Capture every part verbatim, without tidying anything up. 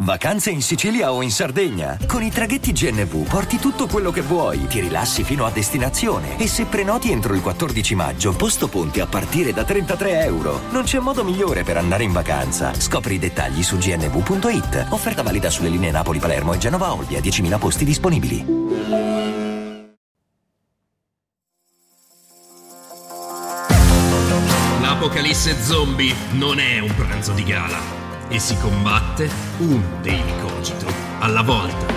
Vacanze in Sicilia o in Sardegna? Con i traghetti G N V porti tutto quello che vuoi, ti rilassi fino a destinazione e se prenoti entro il quattordici maggio, posto ponti a partire da trentatré euro. Non c'è modo migliore per andare in vacanza. Scopri i dettagli su g n v punto i t. Offerta valida sulle linee Napoli-Palermo e Genova-Olbia, diecimila posti disponibili. L'apocalisse zombie non è un pranzo di gala e si combatte un daily cogito alla volta.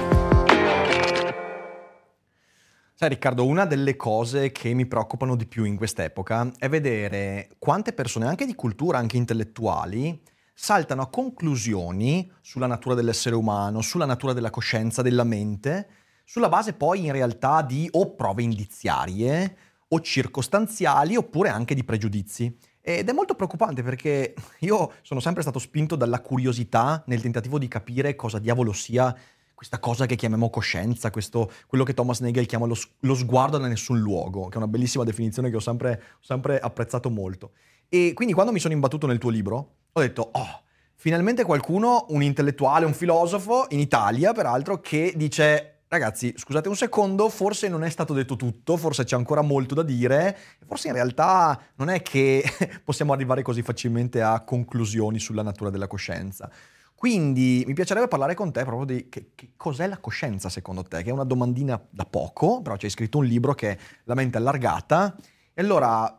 Sai Riccardo, una delle cose che mi preoccupano di più in quest'epoca è vedere quante persone, anche di cultura, anche intellettuali, saltano a conclusioni sulla natura dell'essere umano, sulla natura della coscienza, della mente, sulla base poi in realtà di o prove indiziarie o circostanziali oppure anche di pregiudizi. Ed è molto preoccupante perché io sono sempre stato spinto dalla curiosità nel tentativo di capire cosa diavolo sia questa cosa che chiamiamo coscienza, questo, quello che Thomas Nagel chiama lo, lo sguardo da nessun luogo, che è una bellissima definizione che ho sempre, ho sempre apprezzato molto. E quindi quando mi sono imbattuto nel tuo libro ho detto, oh, finalmente qualcuno, un intellettuale, un filosofo, in Italia peraltro, che dice... Ragazzi, scusate un secondo, forse non è stato detto tutto, forse c'è ancora molto da dire, forse in realtà non è che possiamo arrivare così facilmente a conclusioni sulla natura della coscienza. Quindi mi piacerebbe parlare con te proprio di che, che cos'è la coscienza secondo te, che è una domandina da poco, però ci hai scritto un libro che è La mente allargata. E allora,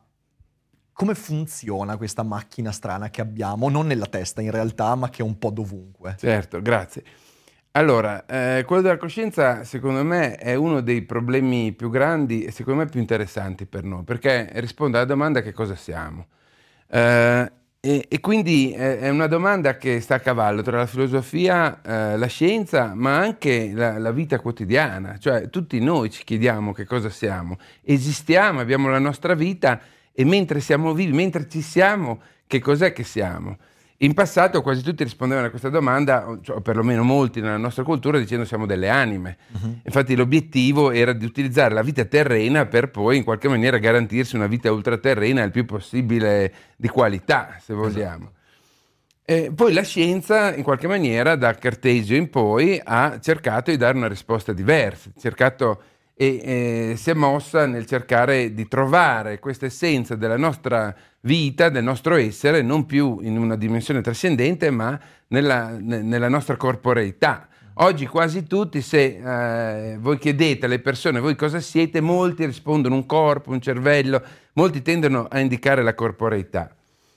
come funziona questa macchina strana che abbiamo, non nella testa in realtà, ma che è un po' dovunque? Certo, grazie. Allora, eh, quello della coscienza secondo me è uno dei problemi più grandi e secondo me più interessanti per noi, perché risponde alla domanda che cosa siamo. Eh, e, e quindi è, è una domanda che sta a cavallo tra la filosofia, eh, la scienza, ma anche la, la vita quotidiana. Cioè tutti noi ci chiediamo che cosa siamo. Esistiamo, abbiamo la nostra vita e mentre siamo vivi, mentre ci siamo, che cos'è che siamo? In passato quasi tutti rispondevano a questa domanda, cioè, o perlomeno molti nella nostra cultura, dicendo siamo delle anime. Uh-huh. Infatti l'obiettivo era di utilizzare la vita terrena per poi in qualche maniera garantirsi una vita ultraterrena il più possibile di qualità, se vogliamo. Esatto. E poi la scienza, in qualche maniera, da Cartesio in poi, ha cercato di dare una risposta diversa, cercato e eh, si è mossa nel cercare di trovare questa essenza della nostra vita, del nostro essere, non più in una dimensione trascendente, ma nella, ne, nella nostra corporeità. Oggi quasi tutti, se eh, voi chiedete alle persone voi cosa siete, molti rispondono un corpo, un cervello, molti tendono a indicare la corporeità.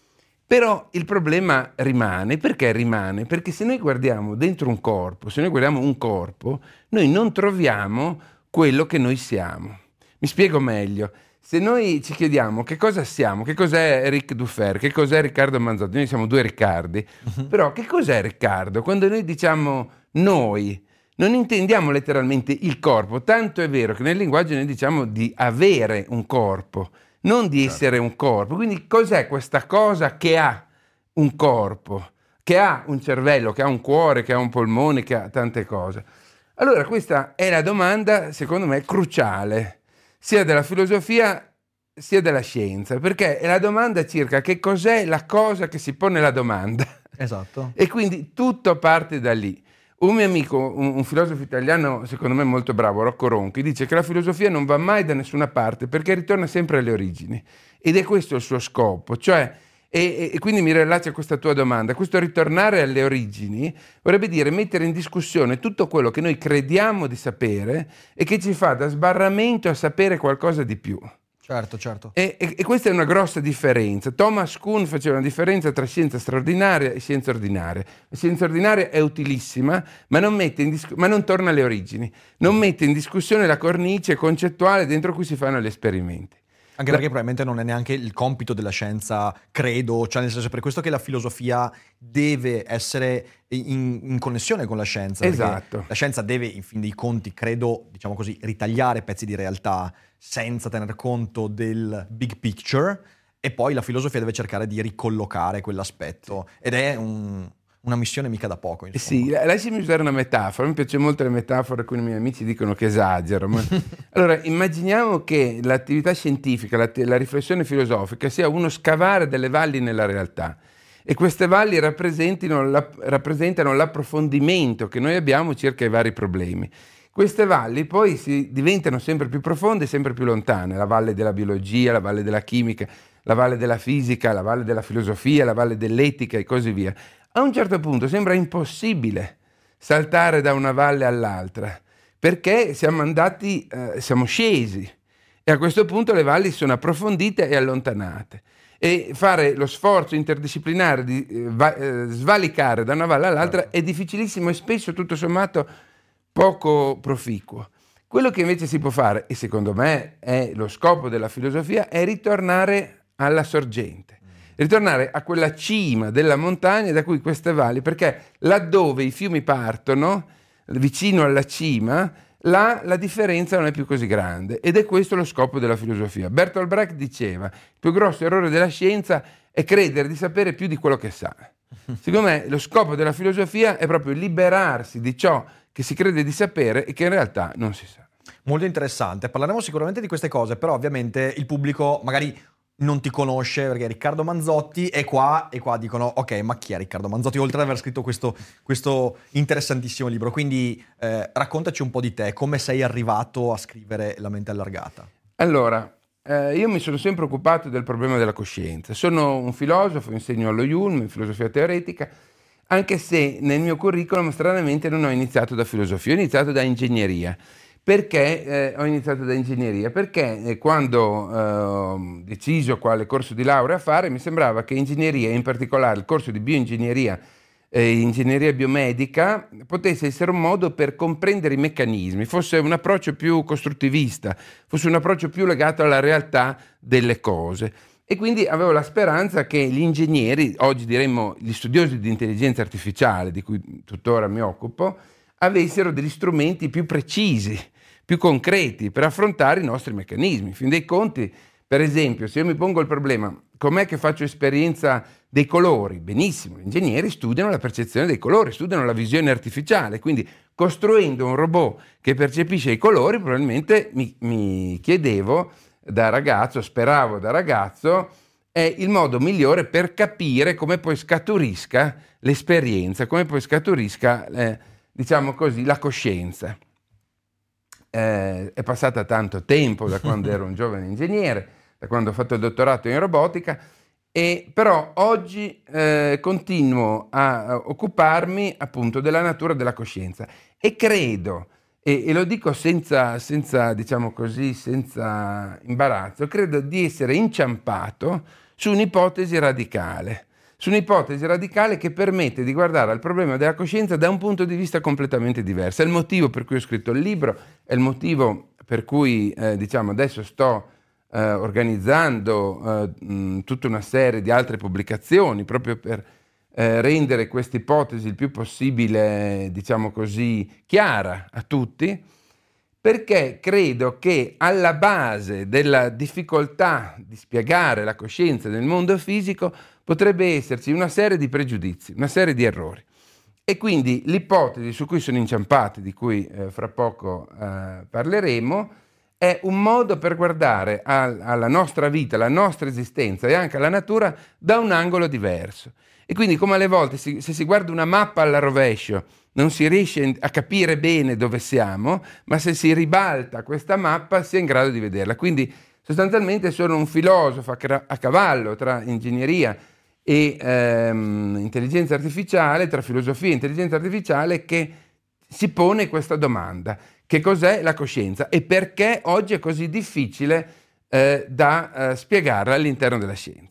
Però il problema rimane. Perché rimane? Perché se noi guardiamo dentro un corpo, se noi guardiamo un corpo, noi non troviamo quello che noi siamo. Mi spiego meglio. Se noi ci chiediamo che cosa siamo, che cos'è Eric Dufer, che cos'è Riccardo Manzotti, noi siamo due Riccardi, uh-huh. Però che cos'è Riccardo? Quando noi diciamo noi, non intendiamo letteralmente il corpo, tanto è vero che nel linguaggio noi diciamo di avere un corpo, non di essere un corpo. Quindi cos'è questa cosa che ha un corpo, che ha un cervello, che ha un cuore, che ha un polmone, che ha tante cose? Allora questa è la domanda, secondo me, cruciale, sia della filosofia sia della scienza, perché è la domanda circa che cos'è la cosa che si pone la domanda. Esatto. E quindi tutto parte da lì. Un mio amico, un, un filosofo italiano, secondo me molto bravo, Rocco Ronchi, dice che la filosofia non va mai da nessuna parte perché ritorna sempre alle origini. Ed è questo il suo scopo, cioè... E, e quindi mi rilaccio a questa tua domanda. Questo ritornare alle origini vorrebbe dire mettere in discussione tutto quello che noi crediamo di sapere e che ci fa da sbarramento a sapere qualcosa di più. Certo, certo. E, e, e questa è una grossa differenza. Thomas Kuhn faceva una differenza tra scienza straordinaria e scienza ordinaria. La scienza ordinaria è utilissima, ma non, mette in dis- ma non torna alle origini, non mette in discussione la cornice concettuale dentro cui si fanno gli esperimenti. Anche perché probabilmente non è neanche il compito della scienza, credo, cioè nel senso, per questo che la filosofia deve essere in, in connessione con la scienza. Esatto. La scienza deve, in fin dei conti, credo, diciamo così, ritagliare pezzi di realtà senza tener conto del big picture, e poi la filosofia deve cercare di ricollocare quell'aspetto. Ed è un... una missione mica da poco, insomma. Sì, lasciami usare una metafora. Mi piace molto le metafore, alcuni miei amici dicono che esagero. Ma... allora, immaginiamo che l'attività scientifica, la, la riflessione filosofica sia uno scavare delle valli nella realtà. e queste valli rappresentino la, rappresentano l'approfondimento che noi abbiamo circa i vari problemi. Queste valli poi si diventano sempre più profonde, sempre più lontane, la valle della biologia, la valle della chimica, la valle della fisica, la valle della filosofia, la valle dell'etica e così via. A un certo punto sembra impossibile saltare da una valle all'altra, perché siamo andati, eh, siamo scesi, e a questo punto le valli sono approfondite e allontanate. E fare lo sforzo interdisciplinare di eh, va, eh, svalicare da una valle all'altra è difficilissimo e spesso, tutto sommato, poco proficuo. Quello che invece si può fare, e secondo me è lo scopo della filosofia, è ritornare alla sorgente, ritornare a quella cima della montagna da cui queste valli, perché laddove i fiumi partono, vicino alla cima, là la differenza non è più così grande, ed è questo lo scopo della filosofia. Bertolt Brecht diceva: il più grosso errore della scienza è credere di sapere più di quello che sa. Secondo me lo scopo della filosofia è proprio liberarsi di ciò che si crede di sapere e che in realtà non si sa. Molto interessante, parleremo sicuramente di queste cose, però ovviamente il pubblico magari non ti conosce, perché Riccardo Manzotti è qua, e qua dicono: ok, ma chi è Riccardo Manzotti, oltre ad aver scritto questo, questo interessantissimo libro? Quindi eh, raccontaci un po' di te, come sei arrivato a scrivere La mente allargata. Allora, eh, io mi sono sempre occupato del problema della coscienza. Sono un filosofo, insegno allo I U L M in filosofia teoretica, anche se nel mio curriculum stranamente non ho iniziato da filosofia, ho iniziato da ingegneria. Perché eh, ho iniziato da ingegneria? Perché eh, quando ho eh, deciso quale corso di laurea fare, mi sembrava che ingegneria, in particolare il corso di bioingegneria e ingegneria biomedica, potesse essere un modo per comprendere i meccanismi, fosse un approccio più costruttivista, fosse un approccio più legato alla realtà delle cose. E quindi avevo la speranza che gli ingegneri, oggi diremmo gli studiosi di intelligenza artificiale, di cui tuttora mi occupo, avessero degli strumenti più precisi, più concreti per affrontare i nostri meccanismi. In fin dei conti, per esempio, se io mi pongo il problema: com'è che faccio esperienza dei colori? Benissimo, gli ingegneri studiano la percezione dei colori, studiano la visione artificiale, quindi costruendo un robot che percepisce i colori, probabilmente mi, mi chiedevo da ragazzo, speravo da ragazzo, è il modo migliore per capire come poi scaturisca l'esperienza, come poi scaturisca, eh, diciamo così, la coscienza. Eh, è passata tanto tempo da quando ero un giovane ingegnere, da quando ho fatto il dottorato in robotica, e però oggi eh, continuo a, a occuparmi appunto della natura della coscienza, e credo, e, e lo dico senza, senza, diciamo così, senza imbarazzo, credo di essere inciampato su un'ipotesi radicale. su un'ipotesi radicale che permette di guardare al problema della coscienza da un punto di vista completamente diverso. È il motivo per cui ho scritto il libro, è il motivo per cui eh, diciamo adesso sto eh, organizzando eh, mh, tutta una serie di altre pubblicazioni, proprio per eh, rendere questa ipotesi il più possibile, diciamo così, chiara a tutti, perché credo che alla base della difficoltà di spiegare la coscienza nel mondo fisico potrebbe esserci una serie di pregiudizi, una serie di errori. E quindi l'ipotesi su cui sono inciampati, di cui eh, fra poco eh, parleremo, è un modo per guardare al, alla nostra vita, alla nostra esistenza e anche alla natura da un angolo diverso. E quindi, come alle volte, si, se si guarda una mappa alla rovescio, non si riesce a capire bene dove siamo, ma se si ribalta questa mappa si è in grado di vederla. Quindi sostanzialmente sono un filosofo a cavallo tra ingegneria e ehm, intelligenza artificiale, tra filosofia e intelligenza artificiale, che si pone questa domanda: che cos'è la coscienza e perché oggi è così difficile eh, da eh, spiegarla all'interno della scienza?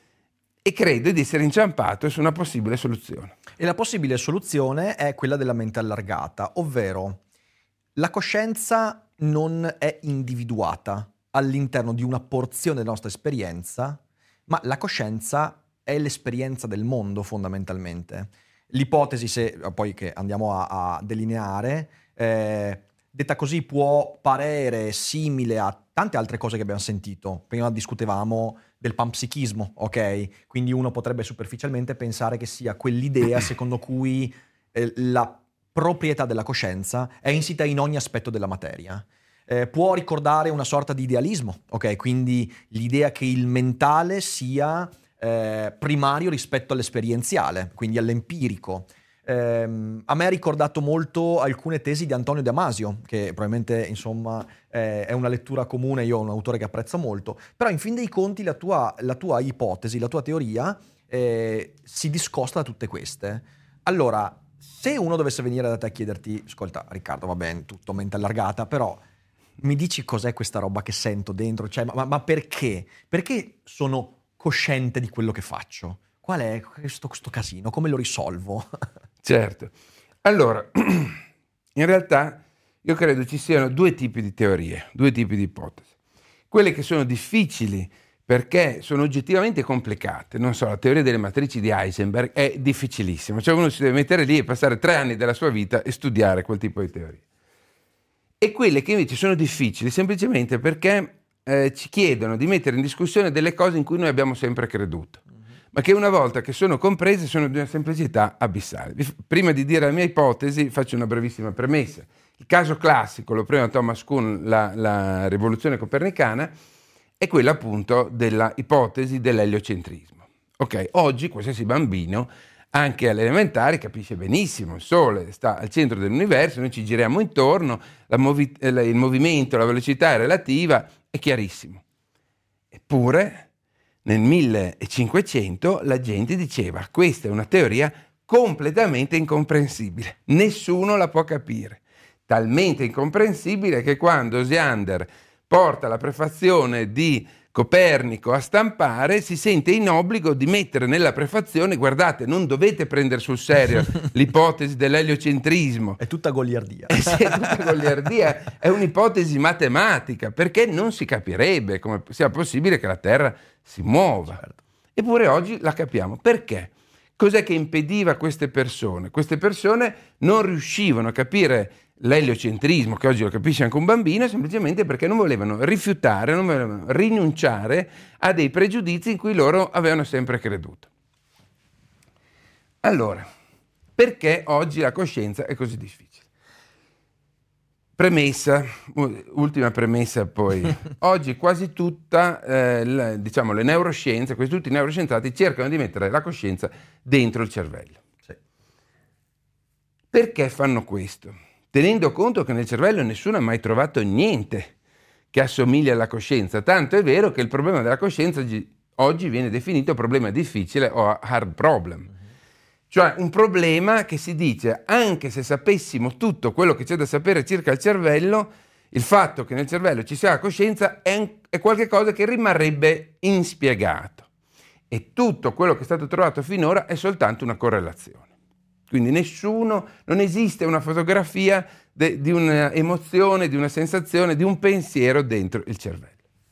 E credo di essere inciampato su una possibile soluzione. E la possibile soluzione è quella della mente allargata, ovvero la coscienza non è individuata all'interno di una porzione della nostra esperienza, ma la coscienza è l'esperienza del mondo fondamentalmente. L'ipotesi, se poi che andiamo a, a delineare, eh, detta così può parere simile a tante altre cose che abbiamo sentito. Prima discutevamo del panpsichismo, ok? Quindi uno potrebbe superficialmente pensare che sia quell'idea secondo cui eh, la proprietà della coscienza è insita in ogni aspetto della materia. Eh, può ricordare una sorta di idealismo, ok? Quindi l'idea che il mentale sia eh, primario rispetto all'esperienziale, quindi all'empirico. Eh, a me ha ricordato molto alcune tesi di Antonio Damasio, che probabilmente insomma eh, è una lettura comune, io ho un autore che apprezzo molto, però in fin dei conti la tua, la tua ipotesi, la tua teoria eh, si discosta da tutte queste. Allora, se uno dovesse venire da te a chiederti, ascolta Riccardo, va bene, tutto mente allargata, però mi dici cos'è questa roba che sento dentro? Cioè, ma, ma perché? Perché sono cosciente di quello che faccio? Qual è questo, questo casino? Come lo risolvo? Certo. Allora, in realtà io credo ci siano due tipi di teorie, due tipi di ipotesi. Quelle che sono difficili perché sono oggettivamente complicate. Non so, la teoria delle matrici di Heisenberg è difficilissima. Cioè uno si deve mettere lì e passare tre anni della sua vita e studiare quel tipo di teoria. E quelle che invece sono difficili semplicemente perché eh, ci chiedono di mettere in discussione delle cose in cui noi abbiamo sempre creduto, ma che una volta che sono comprese sono di una semplicità abissale. Prima di dire la mia ipotesi faccio una brevissima premessa. Il caso classico, lo prende Thomas Kuhn, la, la rivoluzione copernicana, è quella appunto della ipotesi dell'eliocentrismo. Ok, oggi qualsiasi bambino, anche alle elementari, capisce benissimo, il Sole sta al centro dell'universo, noi ci giriamo intorno, la movi- il movimento, la velocità è relativa, è chiarissimo. Eppure nel millecinquecento la gente diceva questa è una teoria completamente incomprensibile, nessuno la può capire, talmente incomprensibile che quando Osiander porta la prefazione di Copernico a stampare si sente in obbligo di mettere nella prefazione, guardate, non dovete prendere sul serio l'ipotesi dell'eliocentrismo. È tutta goliardia. Eh sì, è tutta goliardia, è un'ipotesi matematica, perché non si capirebbe come sia possibile che la Terra si muova. Certo. Eppure oggi la capiamo. Perché? Cos'è che impediva queste persone? Queste persone non riuscivano a capire l'eliocentrismo, che oggi lo capisce anche un bambino, semplicemente perché non volevano rifiutare, non volevano rinunciare a dei pregiudizi in cui loro avevano sempre creduto. Allora, perché oggi la coscienza è così difficile? Premessa, ultima premessa poi. Oggi quasi tutta, eh, la, diciamo, le neuroscienze, quasi tutti i neuroscienziati cercano di mettere la coscienza dentro il cervello. Sì. Perché fanno questo? Tenendo conto che nel cervello nessuno ha mai trovato niente che assomiglia alla coscienza, tanto è vero che il problema della coscienza oggi, oggi viene definito problema difficile o hard problem, mm-hmm. Cioè un problema che si dice anche se sapessimo tutto quello che c'è da sapere circa il cervello, il fatto che nel cervello ci sia la coscienza è, è qualcosa che rimarrebbe inspiegato e tutto quello che è stato trovato finora è soltanto una correlazione. Quindi nessuno, non esiste una fotografia de, di un'emozione, di una sensazione, di un pensiero dentro il cervello.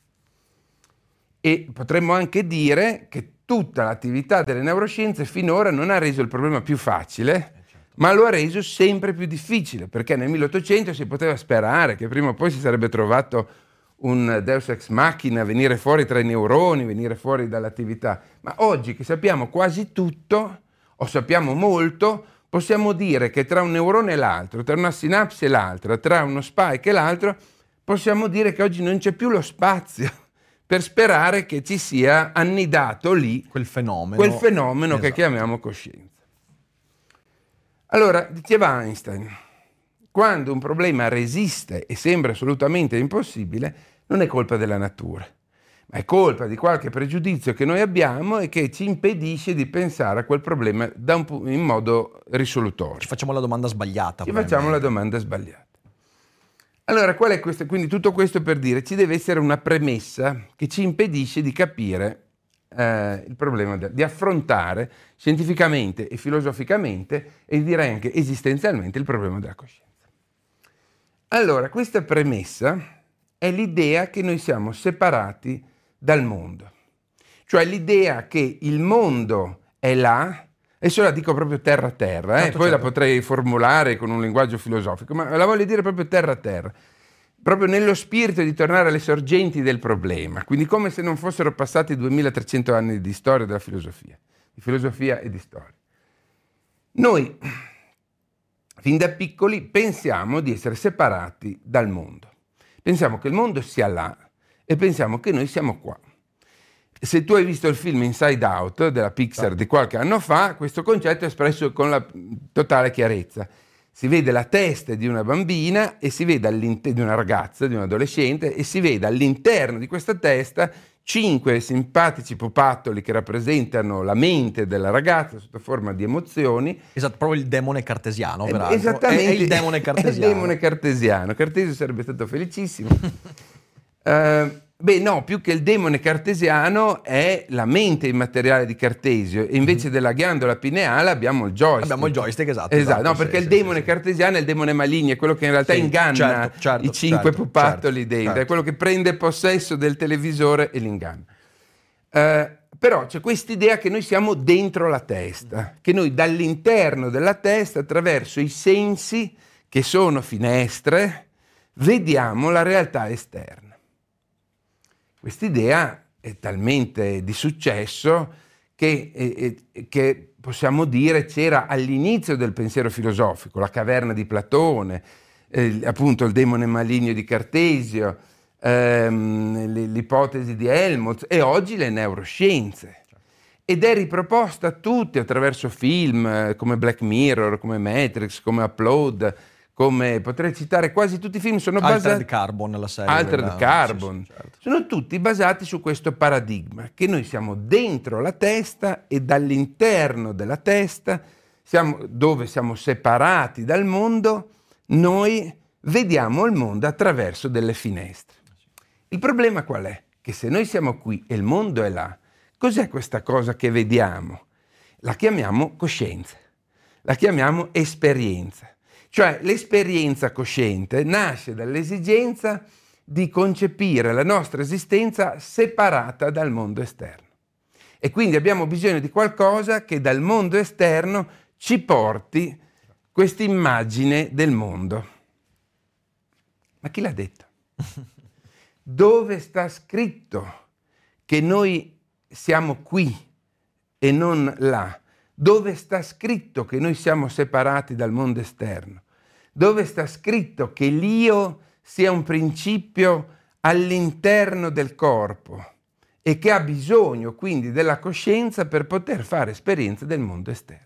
E potremmo anche dire che tutta l'attività delle neuroscienze finora non ha reso il problema più facile, eh certo. ma lo ha reso sempre più difficile, perché nel milleottocento si poteva sperare che prima o poi si sarebbe trovato un deus ex machina, venire fuori tra i neuroni, venire fuori dall'attività. Ma oggi che sappiamo quasi tutto, o sappiamo molto, possiamo dire che tra un neurone e l'altro, tra una sinapsi e l'altra, tra uno spike e l'altro, possiamo dire che oggi non c'è più lo spazio per sperare che ci sia annidato lì quel fenomeno, quel fenomeno esatto. che chiamiamo coscienza. Allora, diceva Einstein, quando un problema resiste e sembra assolutamente impossibile, non è colpa della natura, ma è colpa di qualche pregiudizio che noi abbiamo e che ci impedisce di pensare a quel problema da un pu- in modo risolutorio. Ci facciamo la domanda sbagliata. Ci facciamo la domanda sbagliata. Allora, qual è questo? Quindi tutto questo per dire ci deve essere una premessa che ci impedisce di capire eh, il problema, de- di affrontare scientificamente e filosoficamente e direi anche esistenzialmente il problema della coscienza. Allora, questa premessa è l'idea che noi siamo separati dal mondo, cioè l'idea che il mondo è là. Adesso la dico proprio terra terra, eh? certo, poi certo. la potrei formulare con un linguaggio filosofico, ma la voglio dire proprio terra terra, proprio nello spirito di tornare alle sorgenti del problema, quindi come se non fossero passati duemilatrecento anni di storia della filosofia, di filosofia e di storia. Noi, fin da piccoli, pensiamo di essere separati dal mondo, pensiamo che il mondo sia là e pensiamo che noi siamo qua. se tu hai visto il film Inside Out della Pixar di qualche anno fa, questo concetto è espresso con la totale chiarezza. Si vede la testa di una bambina e si vede all'interno di una ragazza, di un adolescente, e si vede all'interno di questa testa cinque simpatici pupattoli che rappresentano la mente della ragazza sotto forma di emozioni. Esatto, proprio il demone cartesiano, peraltro. Esattamente, è, è il demone cartesiano. È il demone cartesiano. Cartesio sarebbe stato felicissimo. uh, beh, no, più che il demone cartesiano è la mente immateriale di Cartesio, e invece mm-hmm. della ghiandola pineale abbiamo il joystick. Abbiamo il joystick, esatto. Esatto, esatto no, perché sì, il sì, demone sì, cartesiano è il demone maligno, è quello che in realtà sì, inganna certo, certo, i cinque certo, pupattoli certo, dentro, certo. è quello che prende possesso del televisore e li inganna. Uh, però c'è quest'idea che noi siamo dentro la testa, che noi dall'interno della testa, attraverso i sensi, che sono finestre, vediamo la realtà esterna. Quest'idea è talmente di successo che, eh, che possiamo dire c'era all'inizio del pensiero filosofico, la caverna di Platone, eh, appunto il demone maligno di Cartesio, ehm, l'ipotesi di Helmholtz e oggi le neuroscienze. Ed è riproposta a tutti attraverso film eh, come Black Mirror, come Matrix, come Upload, come potrei citare quasi tutti i film sono basati Altered Carbon, la serie Altered quella... Carbon, sì, sì, certo. Sono tutti basati su questo paradigma che noi siamo dentro la testa e dall'interno della testa, siamo, dove siamo separati dal mondo, noi vediamo il mondo attraverso delle finestre. Il problema qual è? Che se noi siamo qui e il mondo è là, cos'è questa cosa che vediamo? La chiamiamo coscienza, la chiamiamo esperienza. Cioè l'esperienza cosciente nasce dall'esigenza di concepire la nostra esistenza separata dal mondo esterno. E quindi abbiamo bisogno di qualcosa che dal mondo esterno ci porti questa immagine del mondo. Ma chi l'ha detto? Dove sta scritto che noi siamo qui e non là? Dove sta scritto che noi siamo separati dal mondo esterno? Dove sta scritto che l'io sia un principio all'interno del corpo e che ha bisogno quindi della coscienza per poter fare esperienza del mondo esterno?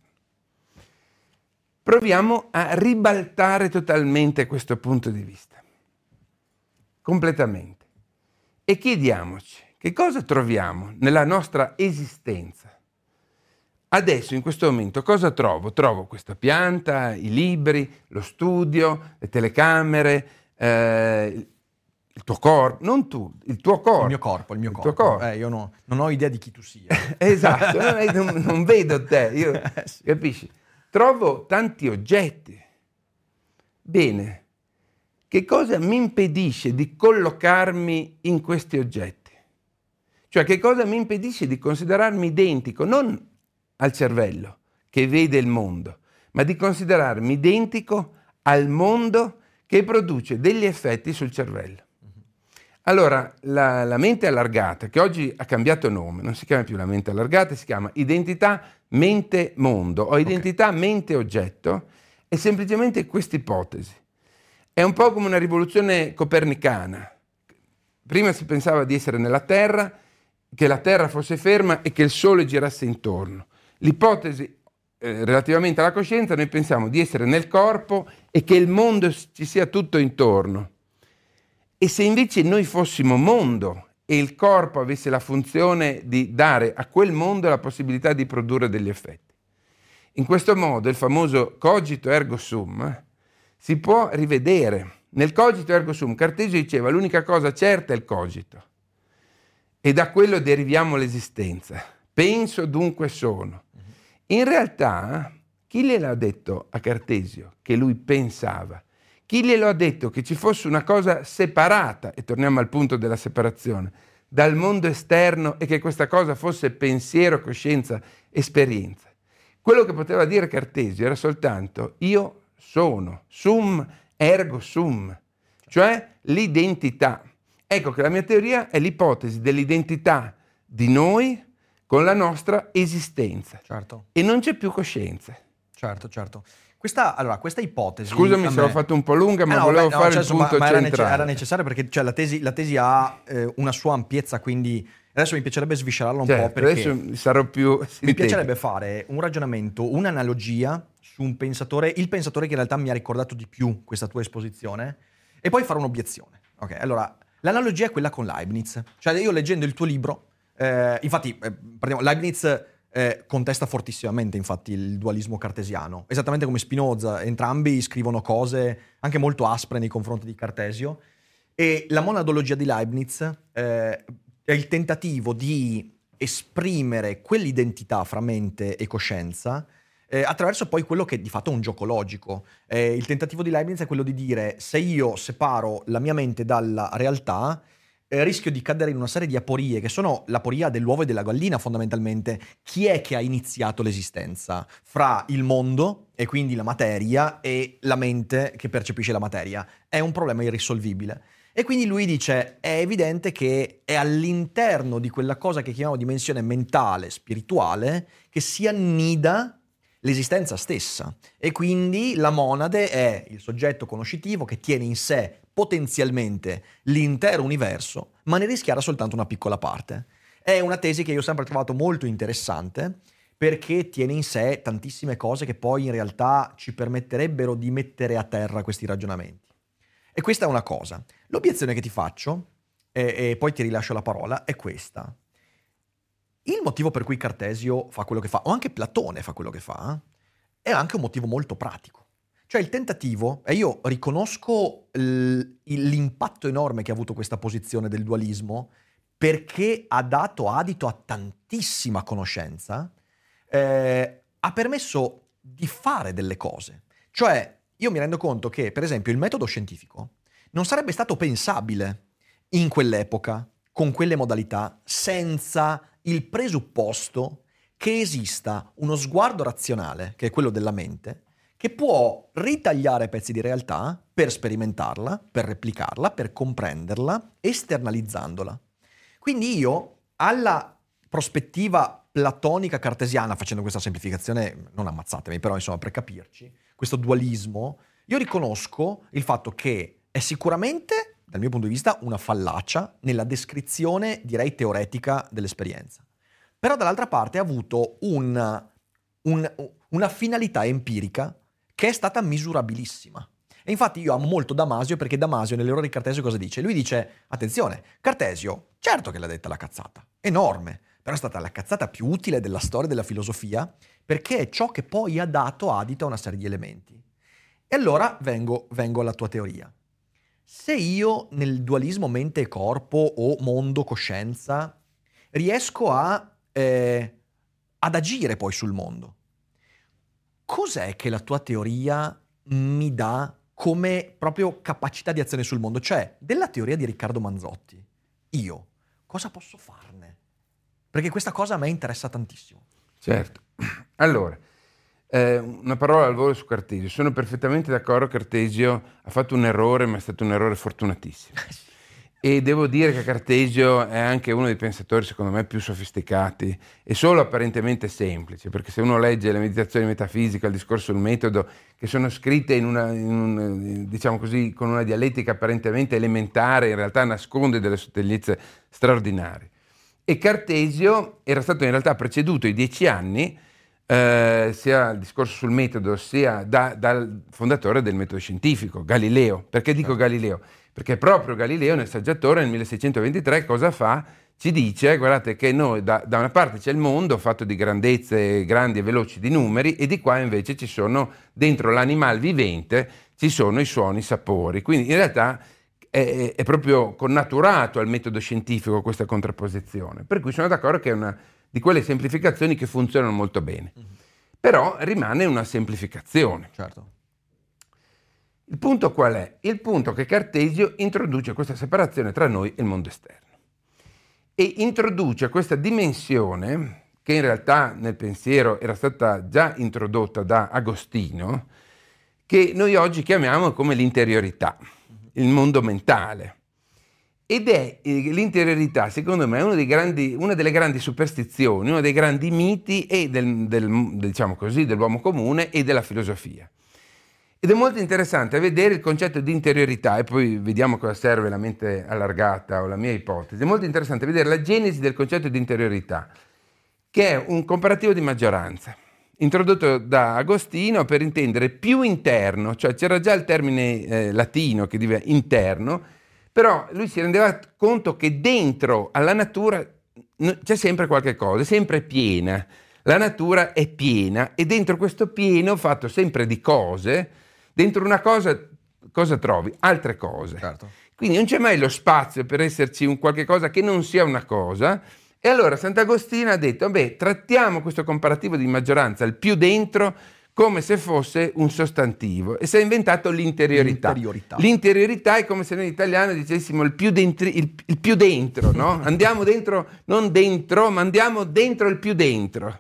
Proviamo a ribaltare totalmente questo punto di vista, completamente, e chiediamoci che cosa troviamo nella nostra esistenza. Adesso, in questo momento, cosa trovo? Trovo questa pianta, i libri, lo studio, le telecamere, eh, il tuo corpo, non tu, il tuo corpo. Il mio corpo, il mio il corpo. Tuo corpo. Eh, io no, non ho idea di chi tu sia. Esatto, non, non vedo te, io, Eh, sì. capisci? Trovo tanti oggetti. Bene, che cosa mi impedisce di collocarmi in questi oggetti? Cioè, che cosa mi impedisce di considerarmi identico, non al cervello che vede il mondo, ma di considerarmi identico al mondo che produce degli effetti sul cervello. Allora, la, la mente allargata, che oggi ha cambiato nome, non si chiama più la mente allargata, si chiama identità mente-mondo o identità okay. mente-oggetto, è semplicemente questa ipotesi. È un po' come una rivoluzione copernicana. Prima si pensava di essere nella Terra, che la Terra fosse ferma e che il Sole girasse intorno. L'ipotesi eh, relativamente alla coscienza, noi pensiamo di essere nel corpo e che il mondo ci sia tutto intorno. E se invece noi fossimo mondo e il corpo avesse la funzione di dare a quel mondo la possibilità di produrre degli effetti. In questo modo il famoso cogito ergo sum si può rivedere. Nel cogito ergo sum Cartesio diceva l'unica cosa certa è il cogito e da quello deriviamo l'esistenza. Penso dunque sono. In realtà, chi gliel'ha detto a Cartesio che lui pensava? Chi glielo ha detto che ci fosse una cosa separata, e torniamo al punto della separazione, dal mondo esterno e che questa cosa fosse pensiero, coscienza, esperienza? Quello che poteva dire Cartesio era soltanto io sono, sum ergo sum, cioè l'identità. Ecco che la mia teoria è l'ipotesi dell'identità di noi con la nostra esistenza. Certo. E non c'è più coscienza. Certo, certo. Questa, allora, questa ipotesi... Scusami se me... l'ho fatto un po' lunga, ma eh no, volevo beh, no, fare cioè, il punto ma, ma era, centrale. nece- era necessario perché cioè, la, tesi, la tesi ha eh, una sua ampiezza, quindi Adesso mi piacerebbe sviscerarla un certo, po' perché adesso sarò più mi piacerebbe fare un ragionamento, un'analogia su un pensatore, il pensatore che in realtà mi ha ricordato di più questa tua esposizione, e poi fare un'obiezione. Ok, allora, l'analogia è quella con Leibniz. Cioè, io leggendo il tuo libro, eh, infatti, eh, parliamo, Leibniz eh, contesta fortissimamente, infatti, il dualismo cartesiano, esattamente come Spinoza. Entrambi scrivono cose anche molto aspre nei confronti di Cartesio, e la monadologia di Leibniz eh, è il tentativo di esprimere quell'identità fra mente e coscienza eh, attraverso poi quello che di fatto è un gioco logico. Eh, il tentativo di Leibniz è quello di dire: se io separo la mia mente dalla realtà, eh, rischio di cadere in una serie di aporie, che sono l'aporia dell'uovo e della gallina fondamentalmente. Chi è che ha iniziato l'esistenza? Fra il mondo, e quindi la materia, e la mente che percepisce la materia. È un problema irrisolvibile. E quindi lui dice: è evidente che è all'interno di quella cosa che chiamiamo dimensione mentale, spirituale, che si annida l'esistenza stessa. E quindi la monade è il soggetto conoscitivo che tiene in sé potenzialmente l'intero universo, ma ne rischiara soltanto una piccola parte. È una tesi che io ho sempre trovato molto interessante, perché tiene in sé tantissime cose che poi in realtà ci permetterebbero di mettere a terra questi ragionamenti. E questa è una cosa. L'obiezione che ti faccio, e, e poi ti rilascio la parola, è questa. Il motivo per cui Cartesio fa quello che fa, o anche Platone fa quello che fa, è anche un motivo molto pratico. Cioè il tentativo, e io riconosco l- l'impatto enorme che ha avuto questa posizione del dualismo, perché ha dato adito a tantissima conoscenza, eh, ha permesso di fare delle cose. Cioè, io mi rendo conto che, per esempio, il metodo scientifico non sarebbe stato pensabile in quell'epoca, con quelle modalità, senza il presupposto che esista uno sguardo razionale, che è quello della mente, che può ritagliare pezzi di realtà per sperimentarla, per replicarla, per comprenderla, esternalizzandola. Quindi io, alla prospettiva platonica cartesiana, facendo questa semplificazione, non ammazzatemi, però insomma per capirci, questo dualismo, io riconosco il fatto che è sicuramente, dal mio punto di vista, una fallacia nella descrizione, direi, teoretica dell'esperienza. Però dall'altra parte ha avuto un, un, una finalità empirica che è stata misurabilissima. E infatti io amo molto Damasio, perché Damasio nell'errore di Cartesio cosa dice? Lui dice: attenzione, Cartesio, certo che l'ha detta la cazzata, enorme, però è stata la cazzata più utile della storia della filosofia, perché è ciò che poi ha dato adito a una serie di elementi. E allora vengo, vengo alla tua teoria. Se io nel dualismo mente e corpo o mondo-coscienza riesco a, eh, ad agire poi sul mondo, cos'è che la tua teoria mi dà come proprio capacità di azione sul mondo? Cioè, della teoria di Riccardo Manzotti, io cosa posso farne? Perché questa cosa a me interessa tantissimo. Certo. Allora, eh, una parola al volo su Cartesio. Sono perfettamente d'accordo, Cartesio ha fatto un errore, ma è stato un errore fortunatissimo. E devo dire che Cartesio è anche uno dei pensatori, secondo me, più sofisticati e solo apparentemente semplici, perché se uno legge le meditazioni metafisiche, il discorso sul metodo, che sono scritte in una, in un, diciamo così, con una dialettica apparentemente elementare, in realtà nasconde delle sottigliezze straordinarie. E Cartesio era stato in realtà preceduto i dieci anni, eh, sia il discorso sul metodo, sia da, dal fondatore del metodo scientifico, Galileo. Perché dico Galileo? Perché proprio Galileo nel Saggiatore nel milleseicentoventitré cosa fa? Ci dice: guardate che noi da, da una parte c'è il mondo fatto di grandezze grandi e veloci di numeri, e di qua invece ci sono, dentro l'animal vivente, ci sono i suoni, i sapori. Quindi in realtà è, è proprio connaturato al metodo scientifico questa contrapposizione. Per cui sono d'accordo che è una di quelle semplificazioni che funzionano molto bene. Mm-hmm. Però rimane una semplificazione. Certo. Il punto qual è? Il punto che Cartesio introduce questa separazione tra noi e il mondo esterno e introduce questa dimensione che in realtà nel pensiero era stata già introdotta da Agostino, che noi oggi chiamiamo come l'interiorità, il mondo mentale. Ed è l'interiorità, secondo me, uno dei grandi, una delle grandi superstizioni, uno dei grandi miti e del, del, diciamo così, dell'uomo comune e della filosofia. Ed è molto interessante vedere il concetto di interiorità, e poi vediamo cosa serve la mente allargata o la mia ipotesi. È molto interessante vedere la genesi del concetto di interiorità, che è un comparativo di maggioranza, introdotto da Agostino per intendere più interno, cioè c'era già il termine eh, latino che diventa interno, però lui si rendeva conto che dentro alla natura c'è sempre qualche cosa, è sempre piena. La natura è piena e dentro questo pieno fatto sempre di cose, dentro una cosa, cosa trovi? Altre cose. Certo. Quindi non c'è mai lo spazio per esserci un qualche cosa che non sia una cosa. E allora Sant'Agostino ha detto, beh, trattiamo questo comparativo di maggioranza, il più dentro, come se fosse un sostantivo. E si è inventato l'interiorità. L'interiorità. L'interiorità è come se noi in italiano dicessimo il più, dentri, il, il più dentro, no? Andiamo dentro, non dentro, ma andiamo dentro il più dentro.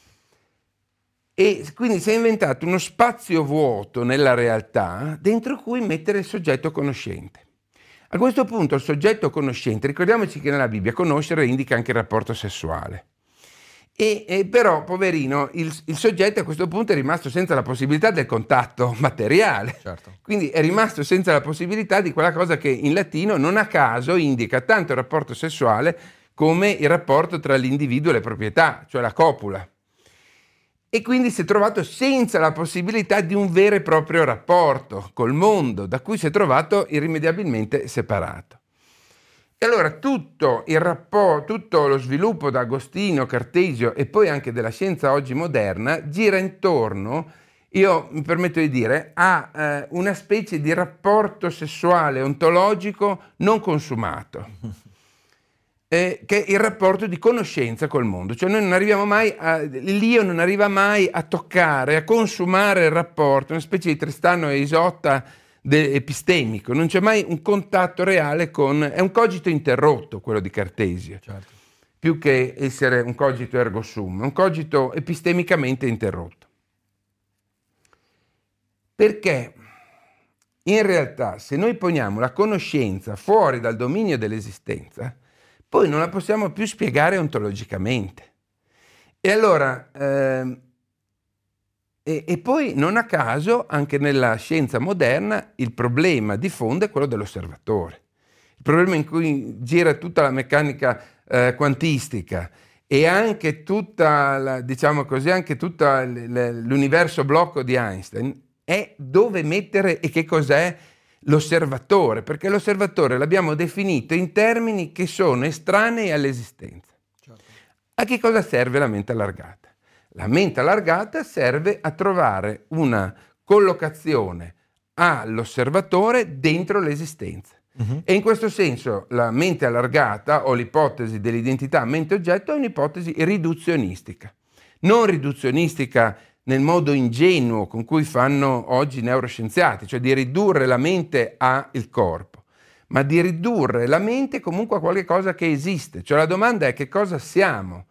E quindi si è inventato uno spazio vuoto nella realtà dentro cui mettere il soggetto conoscente. A questo punto il soggetto conoscente, ricordiamoci che nella Bibbia conoscere indica anche il rapporto sessuale. E, e però, poverino, il, il soggetto a questo punto è rimasto senza la possibilità del contatto materiale. Certo. Quindi è rimasto senza la possibilità di quella cosa che in latino non a caso indica tanto il rapporto sessuale come il rapporto tra l'individuo e le proprietà, cioè la copula. E quindi si è trovato senza la possibilità di un vero e proprio rapporto col mondo, da cui si è trovato irrimediabilmente separato. E allora tutto il rapporto, tutto lo sviluppo da Agostino, Cartesio e poi anche della scienza oggi moderna gira intorno, io mi permetto di dire, a eh, una specie di rapporto sessuale ontologico non consumato. Eh, che è il rapporto di conoscenza col mondo, cioè noi non arriviamo mai a, l'io non arriva mai a toccare, a consumare il rapporto, una specie di Tristano e Isotta de, epistemico, non c'è mai un contatto reale con, è un cogito interrotto quello di Cartesio, Certo. più che essere un cogito ergo sum, è un cogito epistemicamente interrotto. Perché in realtà se noi poniamo la conoscenza fuori dal dominio dell'esistenza, poi non la possiamo più spiegare ontologicamente. E allora, ehm, e, e poi non a caso, anche nella scienza moderna, il problema di fondo è quello dell'osservatore. Il problema in cui gira tutta la meccanica eh, quantistica e anche tutta, la, diciamo così, anche tutto l'universo blocco di Einstein è dove mettere e che cos'è l'osservatore, perché l'osservatore l'abbiamo definito in termini che sono estranei all'esistenza. Certo. A che cosa serve la mente allargata? La mente allargata serve a trovare una collocazione all'osservatore dentro l'esistenza. Uh-huh. E in questo senso la mente allargata o l'ipotesi dell'identità mente-oggetto è un'ipotesi riduzionistica. Non riduzionistica nel modo ingenuo con cui fanno oggi i neuroscienziati, cioè di ridurre la mente al corpo, ma di ridurre la mente comunque a qualche cosa che esiste. Cioè la domanda è che cosa siamo?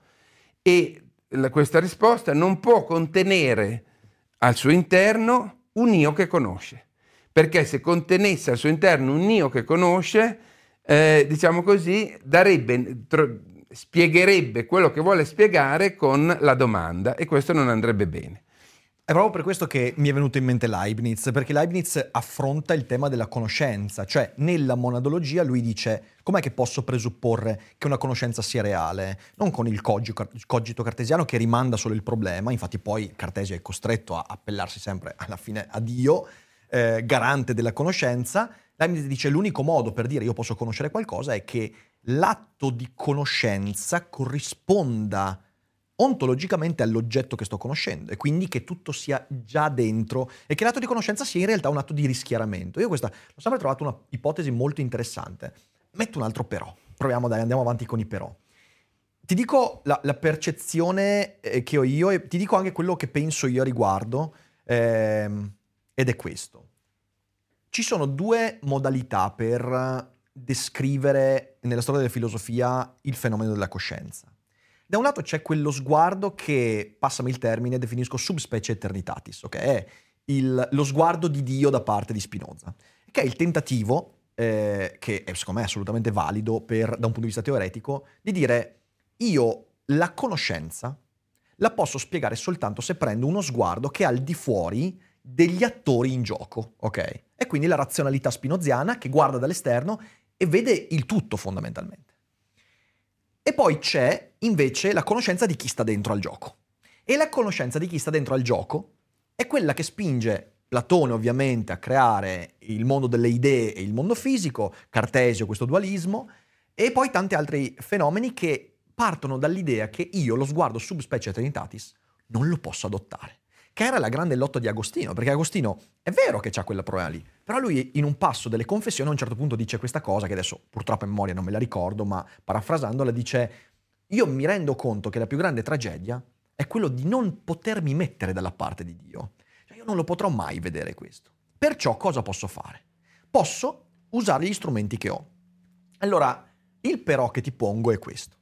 E la, questa risposta non può contenere al suo interno un io che conosce, perché se contenesse al suo interno un io che conosce, eh, diciamo così, darebbe... Tro- spiegherebbe quello che vuole spiegare con la domanda e questo non andrebbe bene. È proprio per questo che mi è venuto in mente Leibniz, perché Leibniz affronta il tema della conoscenza, cioè nella monadologia lui dice com'è che posso presupporre che una conoscenza sia reale? Non con il cogito cartesiano che rimanda solo il problema, infatti poi Cartesio è costretto a appellarsi sempre alla fine a Dio, eh, garante della conoscenza. Leibniz dice l'unico modo per dire io posso conoscere qualcosa è che l'atto di conoscenza corrisponda ontologicamente all'oggetto che sto conoscendo e quindi che tutto sia già dentro e che l'atto di conoscenza sia in realtà un atto di rischiaramento. Io questa ho sempre trovato una ipotesi molto interessante. Metto un altro però. Proviamo, dai, andiamo avanti con i però. Ti dico la, la percezione eh, che ho io e ti dico anche quello che penso io a riguardo ehm, ed è questo. Ci sono due modalità per descrivere nella storia della filosofia il fenomeno della coscienza. Da un lato c'è quello sguardo che, passami il termine, definisco subspecie eternitatis, ok? È il, lo sguardo di Dio da parte di Spinoza, che è il tentativo, eh, che è secondo me assolutamente valido per, da un punto di vista teoretico, di dire io la conoscenza la posso spiegare soltanto se prendo uno sguardo che è al di fuori degli attori in gioco, ok? E quindi la razionalità spinoziana che guarda dall'esterno e vede il tutto fondamentalmente. E poi c'è invece la conoscenza di chi sta dentro al gioco. E la conoscenza di chi sta dentro al gioco è quella che spinge Platone ovviamente a creare il mondo delle idee e il mondo fisico, Cartesio questo dualismo, e poi tanti altri fenomeni che partono dall'idea che io lo sguardo subspecie eternitatis non lo posso adottare. Che era la grande lotta di Agostino, perché Agostino è vero che c'ha quella problema lì, però lui in un passo delle confessioni a un certo punto dice questa cosa, che adesso purtroppo a memoria non me la ricordo, ma parafrasandola dice: io mi rendo conto che la più grande tragedia è quello di non potermi mettere dalla parte di Dio. Cioè io non lo potrò mai vedere questo. Perciò cosa posso fare? Posso usare gli strumenti che ho. Allora, il però che ti pongo è questo.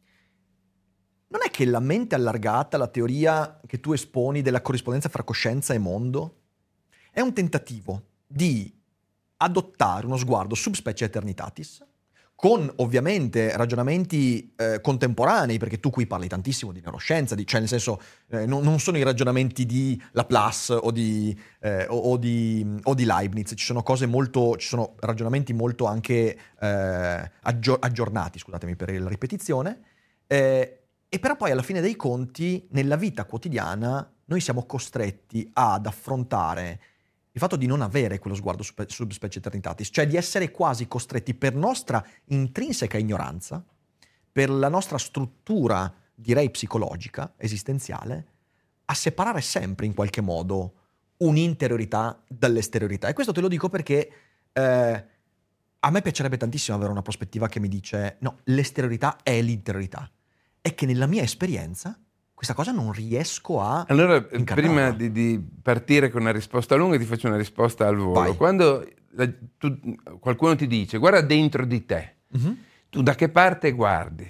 Non è che la mente allargata, la teoria che tu esponi della corrispondenza fra coscienza e mondo, è un tentativo di adottare uno sguardo subspecie eternitatis, con ovviamente ragionamenti eh, contemporanei, perché tu qui parli tantissimo di neuroscienza, di, cioè nel senso eh, non, non sono i ragionamenti di Laplace o di, eh, o, o di, o di Leibniz, ci sono cose molto, ci sono ragionamenti molto anche eh, aggio- aggiornati, scusatemi per la ripetizione, eh, e però poi alla fine dei conti nella vita quotidiana noi siamo costretti ad affrontare il fatto di non avere quello sguardo subspecie eternitatis, cioè di essere quasi costretti per nostra intrinseca ignoranza, per la nostra struttura, direi psicologica, esistenziale, a separare sempre in qualche modo un'interiorità dall'esteriorità. E questo te lo dico perché eh, a me piacerebbe tantissimo avere una prospettiva che mi dice no, l'esteriorità è l'interiorità. È che nella mia esperienza questa cosa non riesco a Allora, incarnarla. prima di, di partire con una risposta lunga, ti faccio una risposta al volo. Vai. Quando la, tu, qualcuno ti dice guarda dentro di te, Mm-hmm. tu da che parte guardi?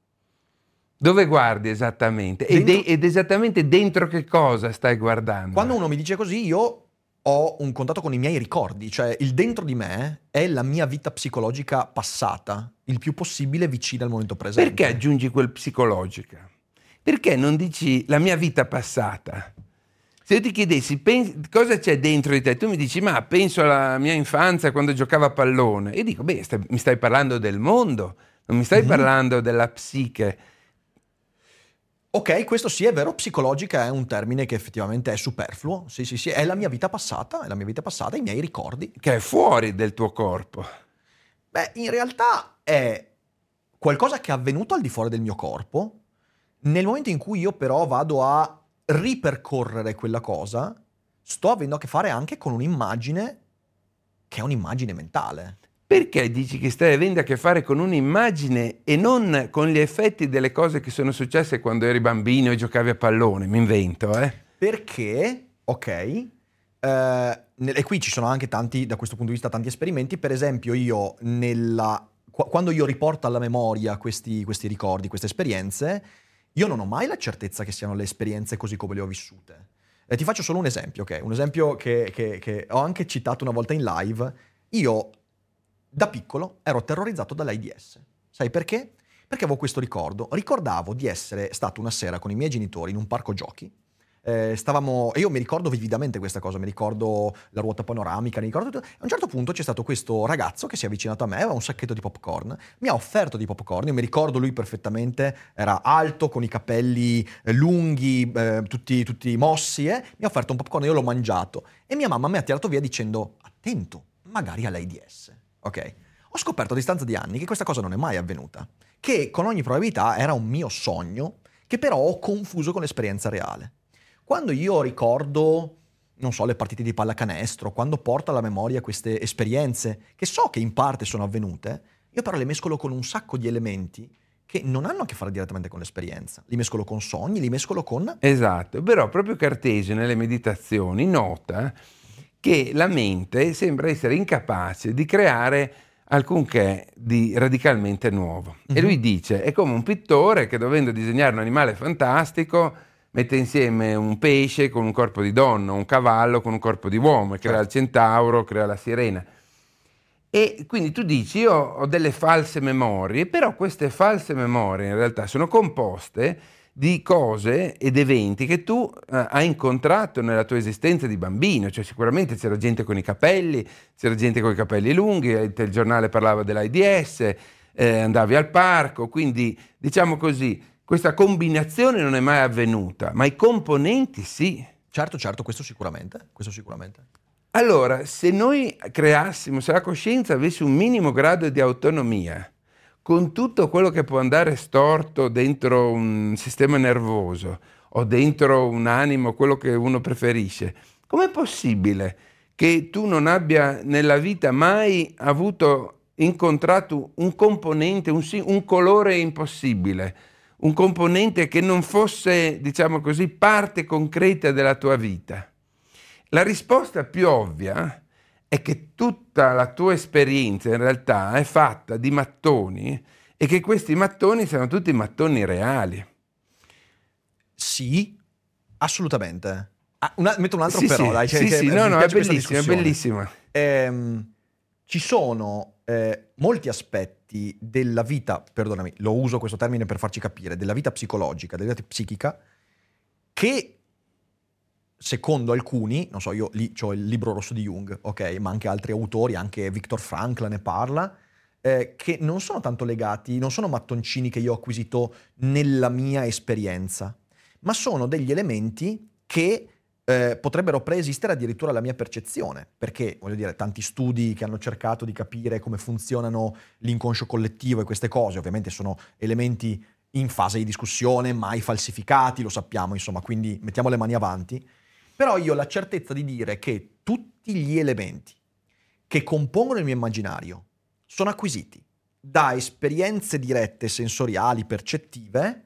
Dove guardi esattamente? Ed, Dentro- ed esattamente dentro che cosa stai guardando? Quando uno mi dice così, io ho un contatto con i miei ricordi, cioè il dentro di me è la mia vita psicologica passata, il più possibile vicina al momento presente. Perché aggiungi quel psicologica? Perché non dici la mia vita passata? Se io ti chiedessi pensi, cosa c'è dentro di te, tu mi dici ma penso alla mia infanzia quando giocavo a pallone. E dico beh, stai, mi stai parlando del mondo, non mi stai Mm-hmm. parlando della psiche. Ok, questo sì è vero, psicologica è un termine che effettivamente è superfluo, sì sì sì, è la mia vita passata, è la mia vita passata, i miei ricordi. Che è fuori del tuo corpo. Beh, in realtà è qualcosa che è avvenuto al di fuori del mio corpo. Nel momento in cui io però vado a ripercorrere quella cosa, sto avendo a che fare anche con un'immagine che è un'immagine mentale. Perché dici che stai avendo a che fare con un'immagine e non con gli effetti delle cose che sono successe quando eri bambino e giocavi a pallone? Mi invento, eh? Perché, ok, eh, e qui ci sono anche tanti, da questo punto di vista, tanti esperimenti. Per esempio io, nella, qu- quando io riporto alla memoria questi, questi ricordi, queste esperienze, io non ho mai la certezza che siano le esperienze così come le ho vissute. E ti faccio solo un esempio, ok? Un esempio che, che, che ho anche citato una volta in live. Io, da piccolo, ero terrorizzato dall'AIDS. Sai perché? Perché avevo questo ricordo. Ricordavo di essere stato una sera con i miei genitori in un parco giochi. Eh, stavamo, e io mi ricordo vividamente questa cosa, mi ricordo la ruota panoramica, mi ricordo tutto. A un certo punto c'è stato questo ragazzo che si è avvicinato a me, aveva un sacchetto di popcorn, mi ha offerto di popcorn, io mi ricordo lui perfettamente, era alto, con i capelli eh, lunghi, eh, tutti, tutti mossi, eh. Mi ha offerto un popcorn, io l'ho mangiato e mia mamma mi ha tirato via dicendo attento, magari ha l'AIDS, ok? Ho scoperto a distanza di anni che questa cosa non è mai avvenuta, che con ogni probabilità era un mio sogno che però ho confuso con l'esperienza reale. Quando io ricordo, non so, le partite di pallacanestro, quando porto alla memoria queste esperienze, che so che in parte sono avvenute, io però le mescolo con un sacco di elementi che non hanno a che fare direttamente con l'esperienza. Li mescolo con sogni, li mescolo con... Esatto, però proprio Cartesio nelle meditazioni nota che la mente sembra essere incapace di creare alcunché di radicalmente nuovo. Mhm. E lui dice, è come un pittore che dovendo disegnare un animale fantastico mette insieme un pesce con un corpo di donna, un cavallo con un corpo di uomo, e crea Certo. il centauro, crea la sirena. E quindi tu dici, io ho delle false memorie, però queste false memorie in realtà sono composte di cose ed eventi che tu eh, hai incontrato nella tua esistenza di bambino, cioè sicuramente c'era gente con i capelli, c'era gente con i capelli lunghi, il telegiornale parlava dell'AIDS, eh, andavi al parco, quindi diciamo così, questa combinazione non è mai avvenuta, ma i componenti sì. Certo, certo, questo sicuramente, questo sicuramente. Allora, se noi creassimo, se la coscienza avesse un minimo grado di autonomia, con tutto quello che può andare storto dentro un sistema nervoso o dentro un animo, quello che uno preferisce, com'è possibile che tu non abbia nella vita mai avuto, incontrato un componente, un, un colore impossibile, un componente che non fosse, diciamo così, parte concreta della tua vita? La risposta più ovvia è che tutta la tua esperienza in realtà è fatta di mattoni e che questi mattoni siano tutti mattoni reali. Sì, assolutamente. Ah, una, metto un altro sì, però, sì, dai. Sì, che, sì, che, no, no, è bellissima, è bellissima. Ehm, ci sono eh, molti aspetti della vita, perdonami, lo uso questo termine per farci capire, della vita psicologica, della vita psichica, che secondo alcuni, non so, io lì ho il libro rosso di Jung, ok, ma anche altri autori, anche Viktor Frankl ne parla, eh, che non sono tanto legati, non sono mattoncini che io ho acquisito nella mia esperienza, ma sono degli elementi che eh, potrebbero preesistere addirittura alla mia percezione, perché, voglio dire, tanti studi che hanno cercato di capire come funzionano l'inconscio collettivo e queste cose, ovviamente sono elementi in fase di discussione, mai falsificati, lo sappiamo, insomma, quindi mettiamo le mani avanti. Però io ho la certezza di dire che tutti gli elementi che compongono il mio immaginario sono acquisiti da esperienze dirette, sensoriali, percettive.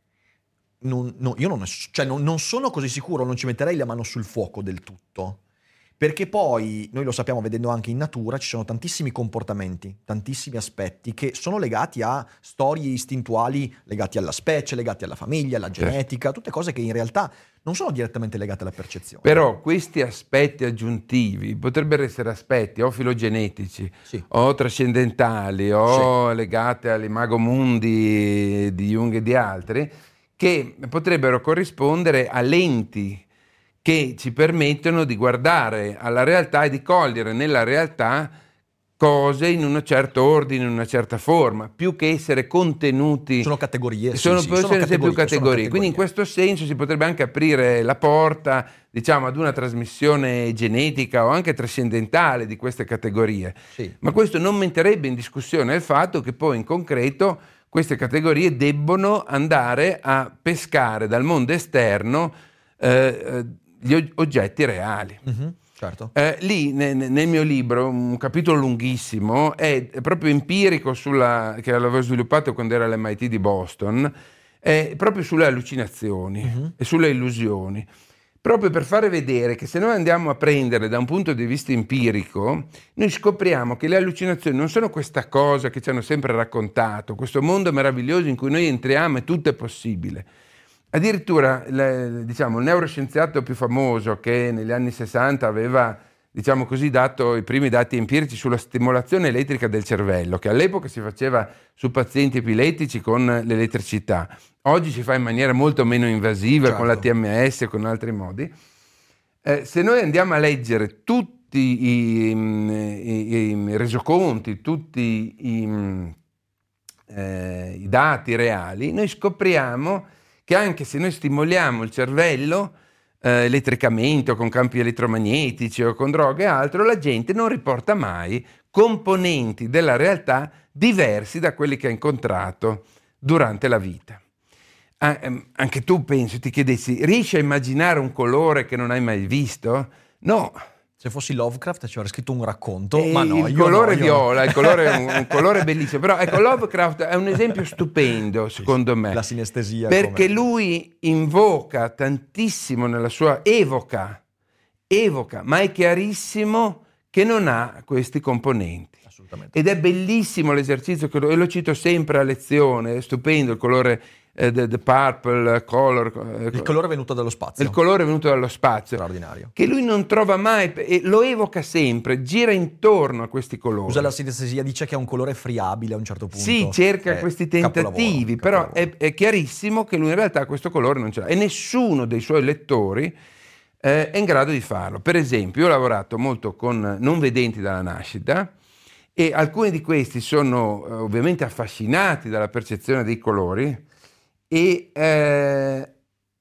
Non, no, io non, cioè non, non sono così sicuro, non ci metterei la mano sul fuoco del tutto. Perché poi, noi lo sappiamo vedendo anche in natura, ci sono tantissimi comportamenti, tantissimi aspetti che sono legati a storie istintuali, legati alla specie, legati alla famiglia, alla genetica, certo. Tutte cose che in realtà non sono direttamente legate alla percezione. Però questi aspetti aggiuntivi potrebbero essere aspetti o filogenetici, sì, o trascendentali, o sì, legati all'imago mundi di Jung e di altri, che potrebbero corrispondere a lenti che ci permettono di guardare alla realtà e di cogliere nella realtà cose in un certo ordine, in una certa forma, più che essere contenuti. Sono categorie, sono, sì, sì, possono sono essere più categorie. categorie. Quindi in questo senso si potrebbe anche aprire la porta, diciamo, ad una trasmissione genetica o anche trascendentale di queste categorie. Sì. Ma questo non metterebbe in discussione il fatto che poi in concreto queste categorie debbono andare a pescare dal mondo esterno eh, gli oggetti reali. Mm-hmm, certo. Eh, lì ne, nel mio libro, un capitolo lunghissimo, è, è proprio empirico, sulla, che l'avevo sviluppato quando era all'M I T di Boston, è proprio sulle allucinazioni, mm-hmm, e sulle illusioni, proprio per fare vedere che se noi andiamo a prendere da un punto di vista empirico, noi scopriamo che le allucinazioni non sono questa cosa che ci hanno sempre raccontato, questo mondo meraviglioso in cui noi entriamo e tutto è possibile. Addirittura le, diciamo, il neuroscienziato più famoso, che negli anni sessanta aveva, diciamo così, dato i primi dati empirici sulla stimolazione elettrica del cervello, che all'epoca si faceva su pazienti epilettici con l'elettricità, oggi si fa in maniera molto meno invasiva, certo, con la T M S e con altri modi. Eh, se noi andiamo a leggere tutti i, i, i resoconti, tutti i, eh, i dati reali, noi scopriamo che anche se noi stimoliamo il cervello eh, elettricamente o con campi elettromagnetici o con droghe e altro, la gente non riporta mai componenti della realtà diversi da quelli che ha incontrato durante la vita. Ah, ehm, anche tu penso, ti chiedessi, riesci a immaginare un colore che non hai mai visto? No. Se fossi Lovecraft ci avrei scritto un racconto, e ma no, il io colore no, io viola, no. il colore è un, un colore bellissimo, però ecco, Lovecraft è un esempio stupendo, secondo me. La sinestesia. Perché come... lui invoca tantissimo nella sua, evoca, evoca, ma è chiarissimo che non ha questi componenti. Assolutamente. Ed è bellissimo l'esercizio, che lo, e lo cito sempre a lezione, è stupendo il colore eh, the, the purple color. Eh, il colore è venuto dallo spazio. Il colore è venuto dallo spazio. Straordinario. Che lui non trova mai, e lo evoca sempre, gira intorno a questi colori. Usa la sinestesia, dice che è un colore friabile a un certo punto. Sì, cerca è questi tentativi, capolavoro, però è, è chiarissimo che lui in realtà questo colore non ce l'ha. E nessuno dei suoi lettori eh, è in grado di farlo. Per esempio, io ho lavorato molto con non vedenti dalla nascita, e alcuni di questi sono eh, ovviamente affascinati dalla percezione dei colori e, eh,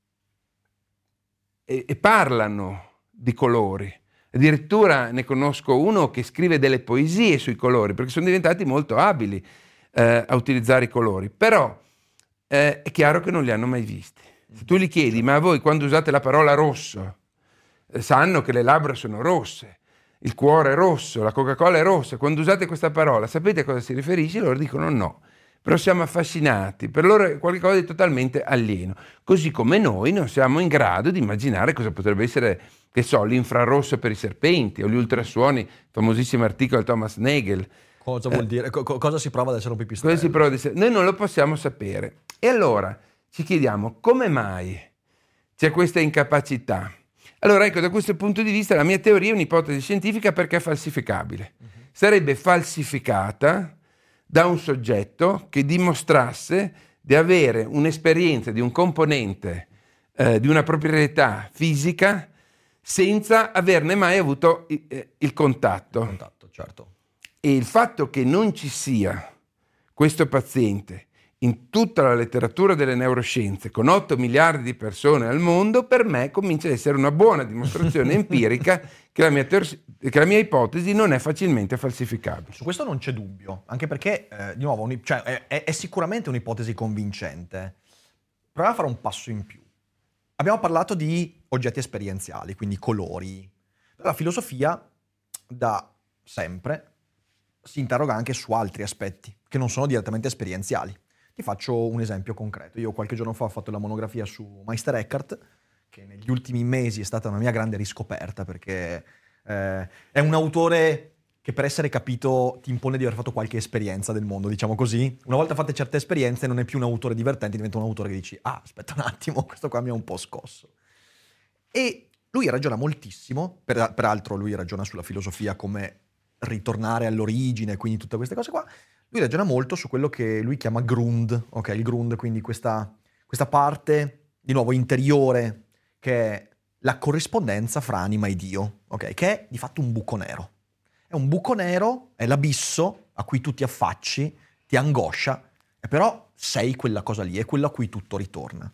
e, e parlano di colori. Addirittura ne conosco uno che scrive delle poesie sui colori, perché sono diventati molto abili eh, a utilizzare i colori. Però eh, è chiaro che non li hanno mai visti. Se tu gli chiedi, ma voi quando usate la parola rosso, eh, sanno che le labbra sono rosse, il cuore è rosso, la Coca-Cola è rossa. Quando usate questa parola, sapete a cosa si riferisce? Loro dicono no. Però siamo affascinati, per loro è qualcosa di totalmente alieno. Così come noi non siamo in grado di immaginare cosa potrebbe essere, che so, l'infrarosso per i serpenti o gli ultrasuoni, famosissimo articolo di Thomas Nagel. Cosa vuol eh, dire? Co- cosa si prova ad essere un pipistrello? Cosa si prova ad essere? Noi non lo possiamo sapere. E allora ci chiediamo come mai c'è questa incapacità. Allora ecco, da questo punto di vista la mia teoria è un'ipotesi scientifica perché è falsificabile. Uh-huh. Sarebbe falsificata da un soggetto che dimostrasse di avere un'esperienza di un componente eh, di una proprietà fisica senza averne mai avuto eh, il contatto. Il contatto, certo. E il fatto che non ci sia questo paziente in tutta la letteratura delle neuroscienze, con otto miliardi di persone al mondo, per me comincia ad essere una buona dimostrazione empirica che la, mia teor- che la mia ipotesi non è facilmente falsificabile. Su questo non c'è dubbio, anche perché, eh, di nuovo, un, cioè, è, è, è sicuramente un'ipotesi convincente. Proviamo a fare un passo in più. Abbiamo parlato di oggetti esperienziali, quindi colori. La filosofia, da sempre, si interroga anche su altri aspetti, che non sono direttamente esperienziali. Ti faccio un esempio concreto. Io qualche giorno fa ho fatto la monografia su Meister Eckhart, che negli ultimi mesi è stata una mia grande riscoperta, perché eh, è un autore che per essere capito ti impone di aver fatto qualche esperienza del mondo, diciamo così. Una volta fatte certe esperienze non è più un autore divertente, diventa un autore che dici ah, aspetta un attimo, questo qua mi ha un po' scosso. E lui ragiona moltissimo, per, peraltro lui ragiona sulla filosofia come ritornare all'origine, quindi tutte queste cose qua. Lui ragiona molto su quello che lui chiama Grund, ok? Il Grund, quindi questa, questa parte, di nuovo, interiore, che è la corrispondenza fra anima e Dio, ok? Che è di fatto un buco nero. È un buco nero, è l'abisso a cui tu ti affacci, ti angoscia, e però sei quella cosa lì, è quello a cui tutto ritorna.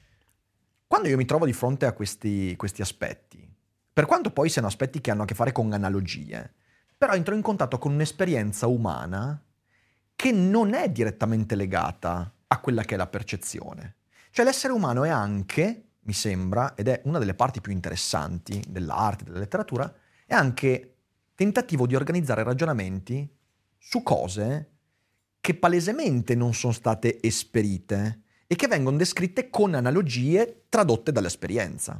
Quando io mi trovo di fronte a questi, questi aspetti, per quanto poi siano aspetti che hanno a che fare con analogie, però entro in contatto con un'esperienza umana che non è direttamente legata a quella che è la percezione. Cioè l'essere umano è anche, mi sembra, ed è una delle parti più interessanti dell'arte, della letteratura, è anche tentativo di organizzare ragionamenti su cose che palesemente non sono state esperite e che vengono descritte con analogie tradotte dall'esperienza.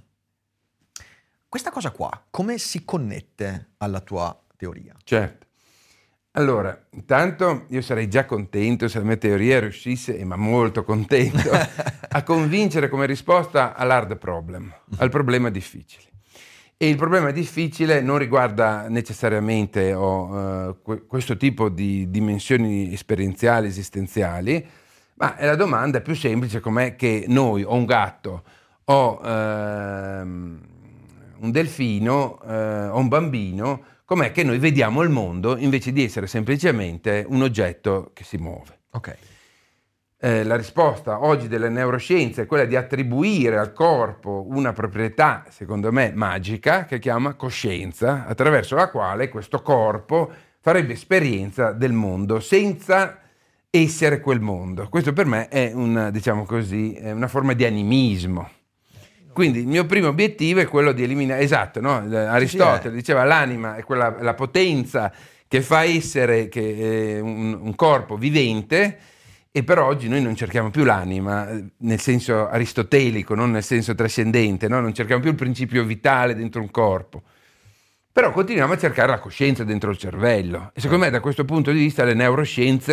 Questa cosa qua, come si connette alla tua teoria? Certo. Allora, intanto io sarei già contento se la mia teoria riuscisse, ma molto contento, a convincere come risposta all'hard problem, al problema difficile. E il problema difficile non riguarda necessariamente oh, uh, que- questo tipo di dimensioni esperienziali, esistenziali, ma è la domanda più semplice, com'è che noi, o un gatto, o uh, un delfino, uh, o un bambino, com'è che noi vediamo il mondo invece di essere semplicemente un oggetto che si muove. Ok. Eh, la risposta oggi delle neuroscienze è quella di attribuire al corpo una proprietà, secondo me, magica, che chiama coscienza, attraverso la quale questo corpo farebbe esperienza del mondo senza essere quel mondo. Questo per me è una, diciamo così, è una forma di animismo. Quindi il mio primo obiettivo è quello di eliminare, esatto, no? Aristotele sì, sì, diceva l'anima è quella, la potenza che fa essere che, eh, un, un corpo vivente, e per oggi noi non cerchiamo più l'anima nel senso aristotelico, non nel senso trascendente, no? Non cerchiamo più il principio vitale dentro un corpo, però continuiamo a cercare la coscienza dentro il cervello, e secondo me da questo punto di vista le neuroscienze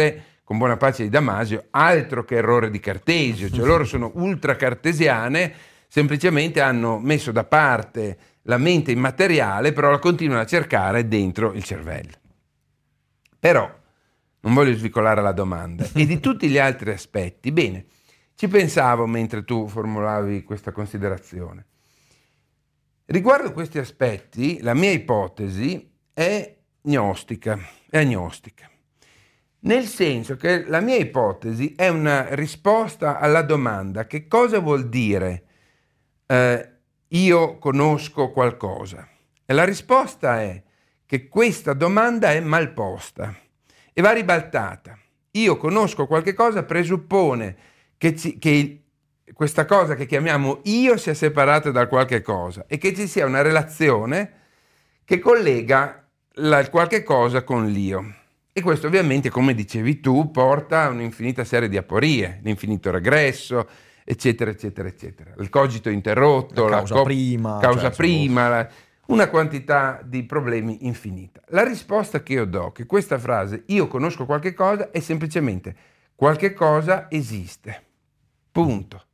con buona pace di Damasio, altro che errore di Cartesio, cioè loro sono ultra cartesiane, semplicemente hanno messo da parte la mente immateriale, però la continuano a cercare dentro il cervello. Però, non voglio svicolare la domanda, e di tutti gli altri aspetti, bene, ci pensavo mentre tu formulavi questa considerazione. Riguardo questi aspetti, la mia ipotesi è gnostica, è agnostica. Nel senso che la mia ipotesi è una risposta alla domanda: che cosa vuol dire eh, io conosco qualcosa? E la risposta è che questa domanda è mal posta e va ribaltata. Io conosco qualche cosa presuppone che, ci, che questa cosa che chiamiamo io sia separata da qualche cosa e che ci sia una relazione che collega la, il qualche cosa con l'io. E questo ovviamente, come dicevi tu, porta a un'infinita serie di aporie, l'infinito regresso, eccetera, eccetera, eccetera. Il cogito interrotto, la causa la co- prima, causa cioè, prima la, una quantità di problemi infinita. La risposta che io do, che questa frase, io conosco qualche cosa, è semplicemente qualche cosa esiste. Punto.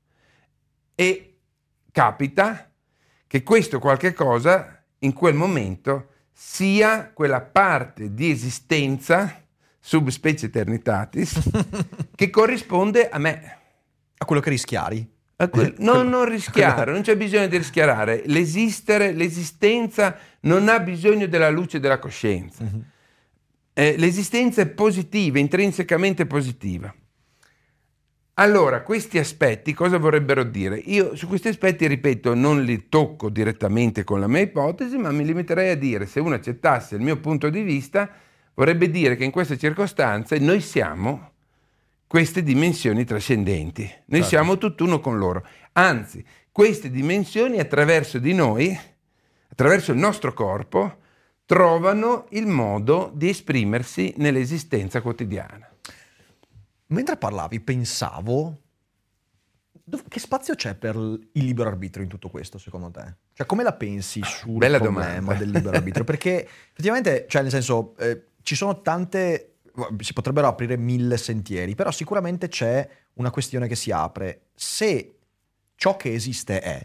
E capita che questo qualche cosa, in quel momento, sia quella parte di esistenza, subspecie eternitatis, che corrisponde a me. A quello che rischiari? A quel, no, non rischiare, non c'è bisogno di rischiarare. L'esistere, l'esistenza non ha bisogno della luce della coscienza. Uh-huh. Eh, l'esistenza è positiva, intrinsecamente positiva. Allora, questi aspetti cosa vorrebbero dire? Io su questi aspetti, ripeto, non li tocco direttamente con la mia ipotesi, ma mi limiterei a dire, se uno accettasse il mio punto di vista, vorrebbe dire che in queste circostanze noi siamo queste dimensioni trascendenti. Noi certo. siamo tutt'uno con loro. Anzi, queste dimensioni attraverso di noi, attraverso il nostro corpo, trovano il modo di esprimersi nell'esistenza quotidiana. Mentre parlavi pensavo, che spazio c'è per il libero arbitrio in tutto questo, secondo te? Cioè, come la pensi sul Bella problema domanda. del libero arbitrio? Perché effettivamente, cioè nel senso, eh, ci sono tante, si potrebbero aprire mille sentieri, però sicuramente c'è una questione che si apre. Se ciò che esiste è,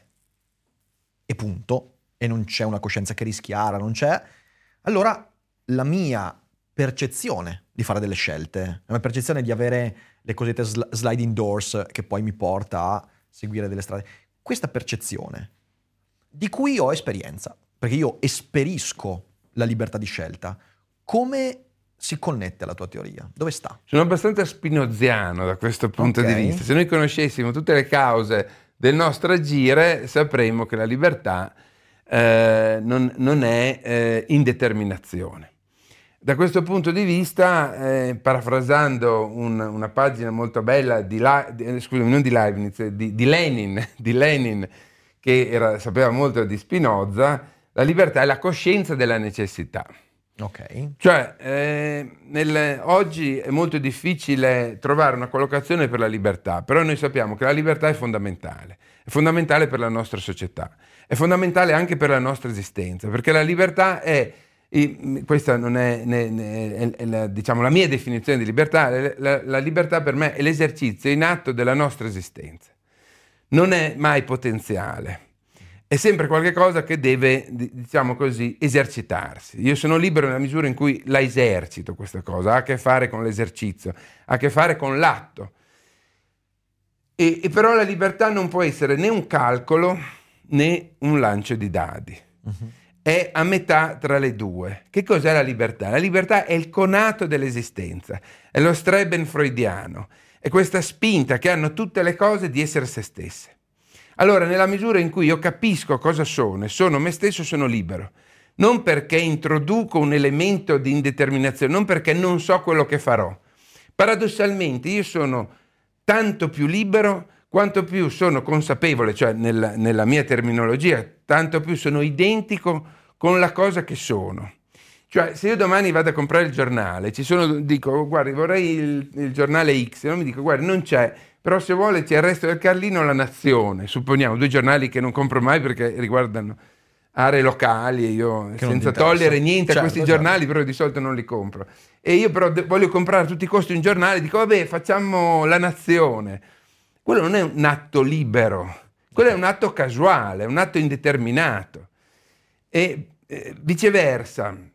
e punto, e non c'è una coscienza che rischiara, non c'è, allora la mia percezione di fare delle scelte, la mia percezione di avere le cosiddette sl- sliding doors che poi mi porta a seguire delle strade, questa percezione di cui ho esperienza, perché io esperisco la libertà di scelta, come si connette alla tua teoria? Dove sta? Sono abbastanza spinoziano da questo punto Okay. di vista. Se noi conoscessimo tutte le cause del nostro agire, sapremmo che la libertà eh, non, non è eh, indeterminazione. Da questo punto di vista, eh, parafrasando un, una pagina molto bella di, La, di scusami, non di Leibniz, di, di Lenin, di Lenin, che era, sapeva molto di Spinoza, la libertà è la coscienza della necessità. Ok. Cioè, eh, nel, oggi è molto difficile trovare una collocazione per la libertà, però noi sappiamo che la libertà è fondamentale, è fondamentale per la nostra società, è fondamentale anche per la nostra esistenza, perché la libertà è, questa non è, ne, ne, è, è la, diciamo, la mia definizione di libertà, la, la libertà per me è l'esercizio in atto della nostra esistenza, non è mai potenziale. È sempre qualche cosa che deve, diciamo così, esercitarsi. Io sono libero nella misura in cui la esercito questa cosa, ha a che fare con l'esercizio, ha a che fare con l'atto. E, e però la libertà non può essere né un calcolo né un lancio di dadi. Uh-huh. È a metà tra le due. Che cos'è la libertà? La libertà è il conato dell'esistenza, è lo streben freudiano, è questa spinta che hanno tutte le cose di essere se stesse. Allora, nella misura in cui io capisco cosa sono e sono me stesso, sono libero. Non perché introduco un elemento di indeterminazione, non perché non so quello che farò. Paradossalmente io sono tanto più libero quanto più sono consapevole, cioè nella, nella mia terminologia, tanto più sono identico con la cosa che sono. Cioè, se io domani vado a comprare il giornale, ci sono, dico, guardi, vorrei il, il giornale X, e non mi dico, guardi, non c'è, però se vuole c'è il Resto del Carlino o La Nazione, supponiamo, due giornali che non compro mai perché riguardano aree locali, e io Che non senza ti interessa. togliere niente Certo, a questi certo. giornali, però di solito non li compro. E io però de- voglio comprare a tutti i costi un giornale, dico vabbè, facciamo La Nazione. Quello non è un atto libero, quello è un atto casuale, un atto indeterminato. E eh, viceversa.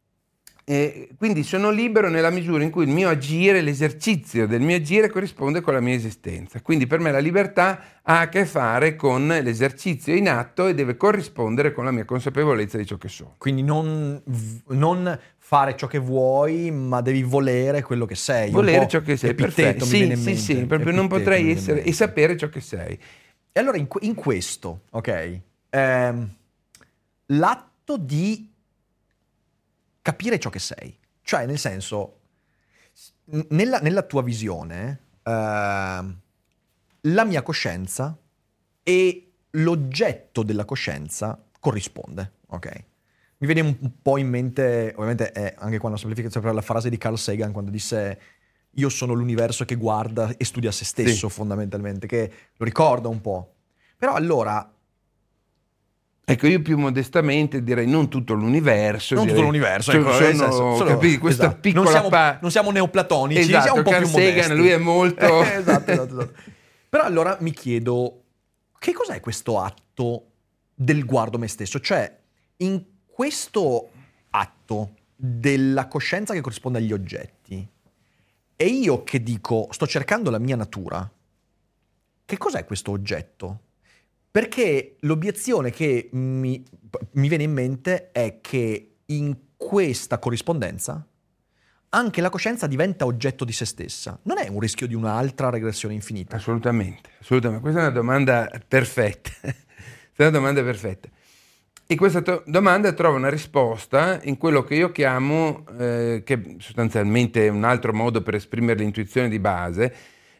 E quindi sono libero nella misura in cui il mio agire, l'esercizio del mio agire corrisponde con la mia esistenza. Quindi per me la libertà ha a che fare con l'esercizio in atto e deve corrispondere con la mia consapevolezza di ciò che sono. Quindi non, non fare ciò che vuoi, ma devi volere quello che sei. Un Volere po' ciò che sei, Epitteto perfetto. mi Sì, viene in sì, mente. sì, proprio non Epitteto potrei mi viene in essere mente. e sapere ciò che sei. E allora in, que- in questo, ok, ehm, l'atto di capire ciò che sei, cioè nel senso, n- nella, nella tua visione, ehm, la mia coscienza e l'oggetto della coscienza corrisponde, ok? Mi viene un, un po' in mente, ovviamente è anche qua una semplificazione per la frase di Carl Sagan quando disse io sono l'universo che guarda e studia se stesso, Sì. fondamentalmente, che lo ricorda un po'. Però allora, Ecco, io più modestamente direi non tutto l'universo. non direi, tutto l'universo, sono, ecco, nel sono, senso, solo- capì, questa esatto. piccola non siamo, pa- non siamo neoplatonici, Esatto, siamo un po' Carl più Sagan, modesti. lui è molto... esatto, esatto, esatto. Però allora mi chiedo, che cos'è questo atto del guardo me stesso? Cioè, in questo atto della coscienza che corrisponde agli oggetti, e io che dico, sto cercando la mia natura, che cos'è questo oggetto? Perché l'obiezione che mi, mi viene in mente è che in questa corrispondenza anche la coscienza diventa oggetto di se stessa. Non è un rischio di un'altra regressione infinita? Assolutamente, assolutamente. Questa è una domanda perfetta. È una domanda perfetta. E questa to- domanda trova una risposta in quello che io chiamo, eh, che sostanzialmente è un altro modo per esprimere l'intuizione di base.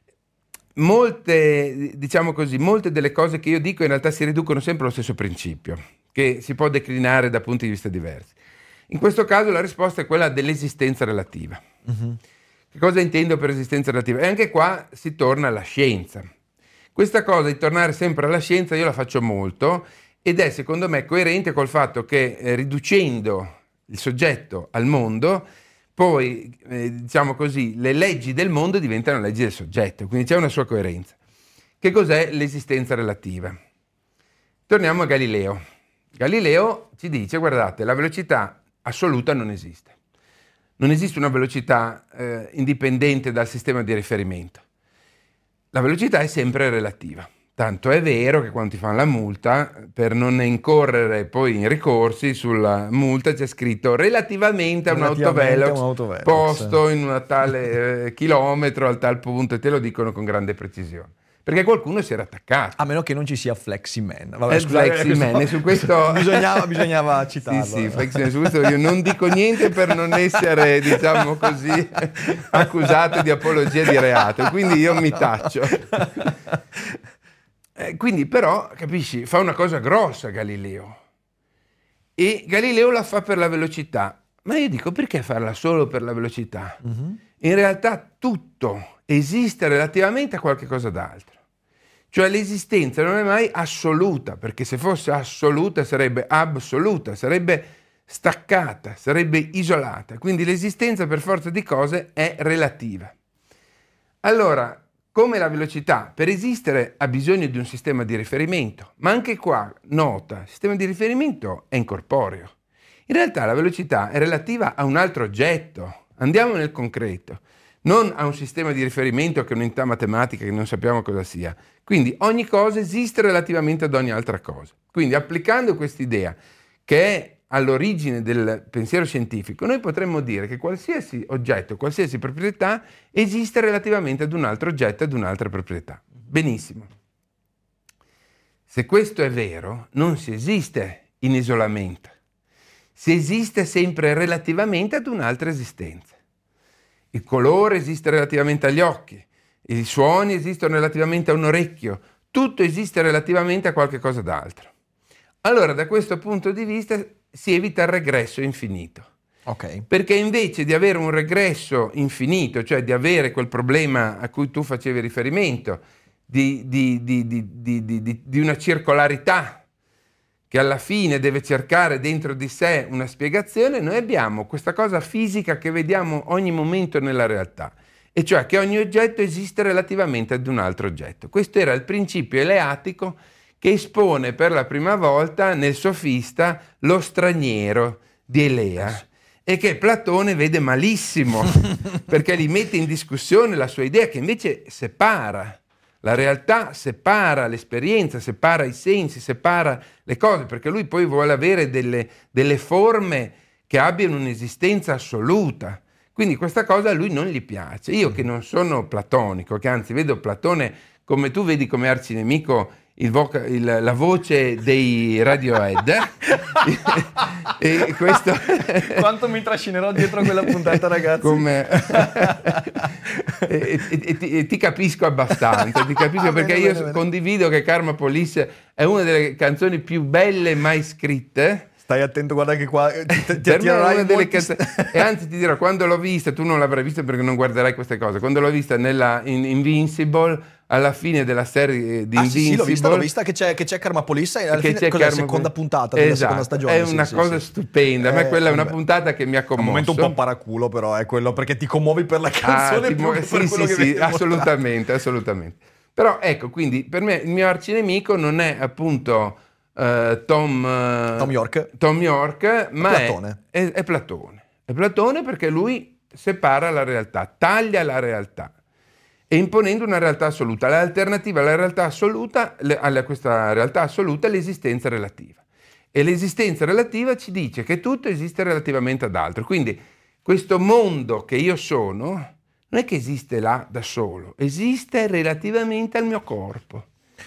Molte, diciamo così, molte delle cose che io dico in realtà si riducono sempre allo stesso principio, che si può declinare da punti di vista diversi. In questo caso la risposta è quella dell'esistenza relativa. Mm-hmm. Che cosa intendo per esistenza relativa? E anche qua si torna alla scienza. Questa cosa di tornare sempre alla scienza io la faccio molto ed è secondo me coerente col fatto che eh, riducendo il soggetto al mondo, poi eh, diciamo così, le leggi del mondo diventano leggi del soggetto, quindi c'è una sua coerenza. Che cos'è l'esistenza relativa? Torniamo a Galileo. Galileo ci dice, guardate, la velocità assoluta non esiste. Non esiste una velocità eh, indipendente dal sistema di riferimento. La velocità è sempre relativa. Tanto è vero che quando ti fanno la multa, per non incorrere poi in ricorsi sulla multa c'è scritto relativamente a un Relativamente autovelox, a un autovelox. posto in una tale eh, chilometro al tal punto, e te lo dicono con grande precisione. Perché qualcuno si era attaccato. A meno che non ci sia Fleximan. È Fleximan, e su questo bisognava, bisognava citarlo. Sì, sì, Fleximan, su questo io non dico niente per non essere, diciamo così, accusato di apologia di reato, quindi io mi taccio. Eh, quindi però, capisci, fa una cosa grossa Galileo. E Galileo la fa per la velocità. Ma io dico, perché farla solo per la velocità? Mm-hmm. In realtà tutto esiste relativamente a qualche cosa d'altro. Cioè l'esistenza non è mai assoluta, perché se fosse assoluta sarebbe assoluta, sarebbe staccata, sarebbe isolata. Quindi l'esistenza per forza di cose è relativa. Allora, come la velocità per esistere ha bisogno di un sistema di riferimento, ma anche qua, nota, il sistema di riferimento è incorporeo. In realtà la velocità è relativa a un altro oggetto. Andiamo nel concreto, non a un sistema di riferimento che è un'unità matematica che non sappiamo cosa sia. Quindi ogni cosa esiste relativamente ad ogni altra cosa. Quindi applicando quest'idea che è all'origine del pensiero scientifico, noi potremmo dire che qualsiasi oggetto, qualsiasi proprietà esiste relativamente ad un altro oggetto, ad un'altra proprietà. Benissimo. Se questo è vero, non si esiste in isolamento. Si esiste sempre relativamente ad un'altra esistenza. Il colore esiste relativamente agli occhi, i suoni esistono relativamente a un orecchio, tutto esiste relativamente a qualche cosa d'altro. Allora, da questo punto di vista si evita il regresso infinito. Ok. Perché invece di avere un regresso infinito, cioè di avere quel problema a cui tu facevi riferimento, di, di, di, di, di, di, di una circolarità che alla fine deve cercare dentro di sé una spiegazione, noi abbiamo questa cosa fisica che vediamo ogni momento nella realtà, e cioè che ogni oggetto esiste relativamente ad un altro oggetto. Questo era il principio eleatico che espone per la prima volta nel Sofista lo straniero di Elea, e che Platone vede malissimo perché gli mette in discussione la sua idea, che invece separa la realtà, separa l'esperienza, separa i sensi, separa le cose, perché lui poi vuole avere delle, delle forme che abbiano un'esistenza assoluta. Quindi questa cosa a lui non gli piace. Io che non sono platonico, che anzi vedo Platone come tu vedi come arcinemico il voca- il, la voce dei Radiohead, e questo quanto mi trascinerò dietro quella puntata, ragazzi. Come... e, e, e, ti, e ti capisco abbastanza, ti capisco ah, perché bene, io bene, bene. condivido che Karma Police è una delle canzoni più belle mai scritte. Stai attento, guarda che qua ti, ti per me è una delle molti... canzoni. E anzi ti dirò, quando l'ho vista, tu non l'avrai vista perché non guarderai queste cose, quando l'ho vista nella in Invincible, alla fine della serie di ah, Invincible, sì, sì, l'ho vista, l'ho vista che c'è, che c'è Karma Police e alla che fine c'è cos'è, la Karma... seconda puntata della esatto, seconda stagione. È una sì, cosa sì, stupenda. A me eh, quella è una beh, puntata che mi ha commosso. Un momento un po' paraculo, però è quello, perché ti commuovi per la canzone. Ah, più mo- che sì, per sì, quello sì, che viene assolutamente, assolutamente. Però ecco, quindi per me il mio arcinemico non è appunto uh, Tom, uh, Tom York, Tom York, ma Platone. È, è, è Platone. È Platone perché lui separa la realtà, taglia la realtà, e imponendo una realtà assoluta. L'alternativa alla realtà assoluta, a questa realtà assoluta, è l'esistenza relativa. E l'esistenza relativa ci dice che tutto esiste relativamente ad altro. Quindi questo mondo che io sono non è che esiste là da solo, esiste relativamente al mio corpo.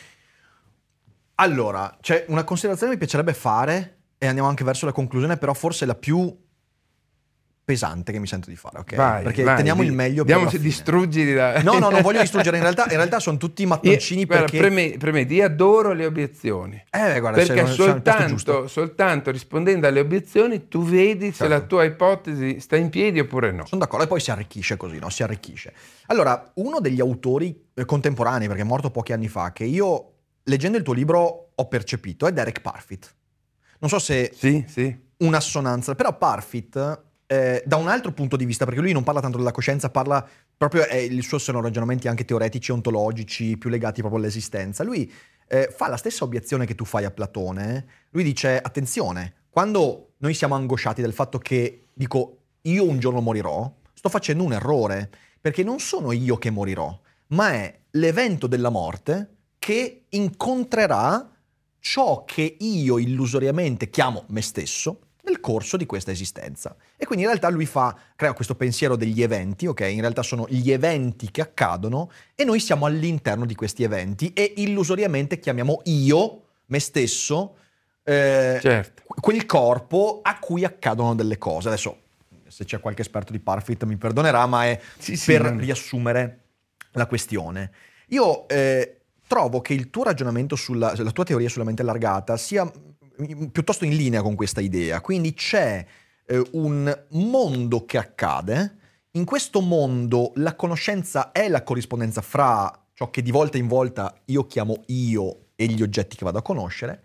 Allora, c'è una considerazione che mi piacerebbe fare, e andiamo anche verso la conclusione, però forse la più pesante che mi sento di fare, ok? Vai, perché vai, teniamo di, il meglio diamo per la se fine. distruggi da... No, no, non voglio distruggere, in realtà, in realtà sono tutti mattoncini. Io, perché guarda, preme, premetti, io adoro le obiezioni, eh, guarda, perché sei, soltanto, soltanto rispondendo alle obiezioni tu vedi se certo. la tua ipotesi sta in piedi oppure no. Sono d'accordo, e poi si arricchisce così, no? Si arricchisce. Allora, uno degli autori contemporanei, perché è morto pochi anni fa, che io, leggendo il tuo libro, ho percepito, è Derek Parfit. Non so se sì, sì. un'assonanza, però Parfit... Eh, da un altro punto di vista, perché lui non parla tanto della coscienza, parla proprio, eh, il suo sono ragionamenti anche teoretici, ontologici, più legati proprio all'esistenza. Lui eh, fa la stessa obiezione che tu fai a Platone. Lui dice, attenzione, quando noi siamo angosciati del fatto che, dico, io un giorno morirò, sto facendo un errore, perché non sono io che morirò, ma è l'evento della morte che incontrerà ciò che io illusoriamente chiamo me stesso nel corso di questa esistenza. E quindi in realtà lui fa, crea questo pensiero degli eventi, ok? In realtà sono gli eventi che accadono e noi siamo all'interno di questi eventi e illusoriamente chiamiamo io, me stesso, eh, certo. quel corpo a cui accadono delle cose. Adesso, se c'è qualche esperto di Parfit mi perdonerà, ma è sì, sì, per man. riassumere la questione. Io eh, trovo che il tuo ragionamento sulla, la tua teoria sulla mente allargata sia piuttosto in linea con questa idea. Quindi c'è eh, un mondo che accade, in questo mondo la conoscenza è la corrispondenza fra ciò che di volta in volta io chiamo io e gli oggetti che vado a conoscere,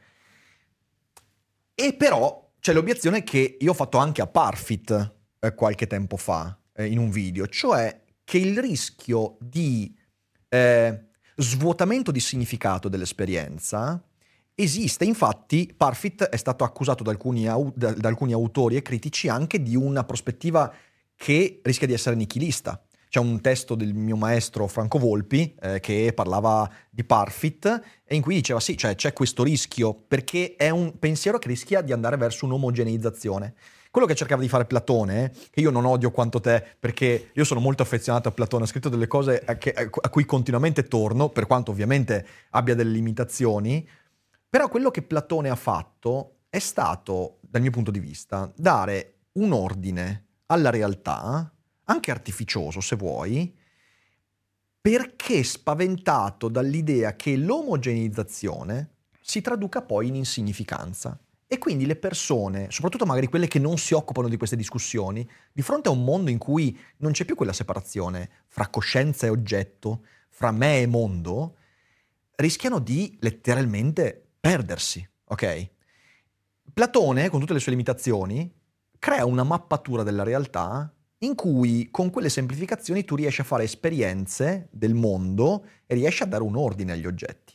e però c'è l'obiezione che io ho fatto anche a Parfit eh, qualche tempo fa eh, in un video, cioè che il rischio di eh, svuotamento di significato dell'esperienza esiste. Infatti Parfit è stato accusato da alcuni, au- da, da alcuni autori e critici anche di una prospettiva che rischia di essere nichilista. C'è un testo del mio maestro Franco Volpi eh, che parlava di Parfit e in cui diceva sì, cioè c'è questo rischio perché è un pensiero che rischia di andare verso un'omogeneizzazione. Quello che cercava di fare Platone, che io non odio quanto te, perché io sono molto affezionato a Platone, ha scritto delle cose a, che, a cui continuamente torno, per quanto ovviamente abbia delle limitazioni. Però quello che Platone ha fatto è stato, dal mio punto di vista, dare un ordine alla realtà, anche artificioso se vuoi, perché spaventato dall'idea che l'omogeneizzazione si traduca poi in insignificanza. E quindi le persone, soprattutto magari quelle che non si occupano di queste discussioni, di fronte a un mondo in cui non c'è più quella separazione fra coscienza e oggetto, fra me e mondo, rischiano di letteralmente perdersi, ok? Platone, con tutte le sue limitazioni, crea una mappatura della realtà in cui con quelle semplificazioni tu riesci a fare esperienze del mondo e riesci a dare un ordine agli oggetti.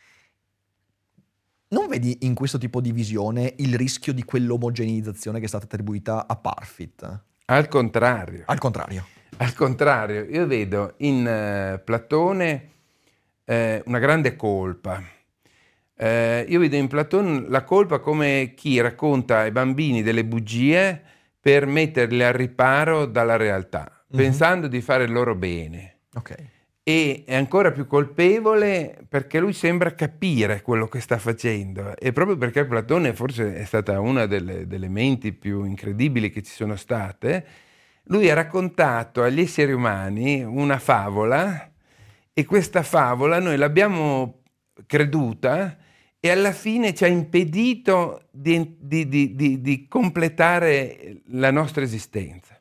Non vedi in questo tipo di visione il rischio di quell'omogeneizzazione che è stata attribuita a Parfit? Al contrario. Al contrario. Al contrario, io vedo in uh, Platone uh, una grande colpa. Uh, io vedo in Platone la colpa come chi racconta ai bambini delle bugie per metterli al riparo dalla realtà, mm-hmm. pensando di fare il loro bene. Ok. E è ancora più colpevole perché lui sembra capire quello che sta facendo, e proprio perché Platone forse è stata una delle, delle menti più incredibili che ci sono state. Lui ha raccontato agli esseri umani una favola, e questa favola noi l'abbiamo creduta e alla fine ci ha impedito di, di, di, di, di completare la nostra esistenza.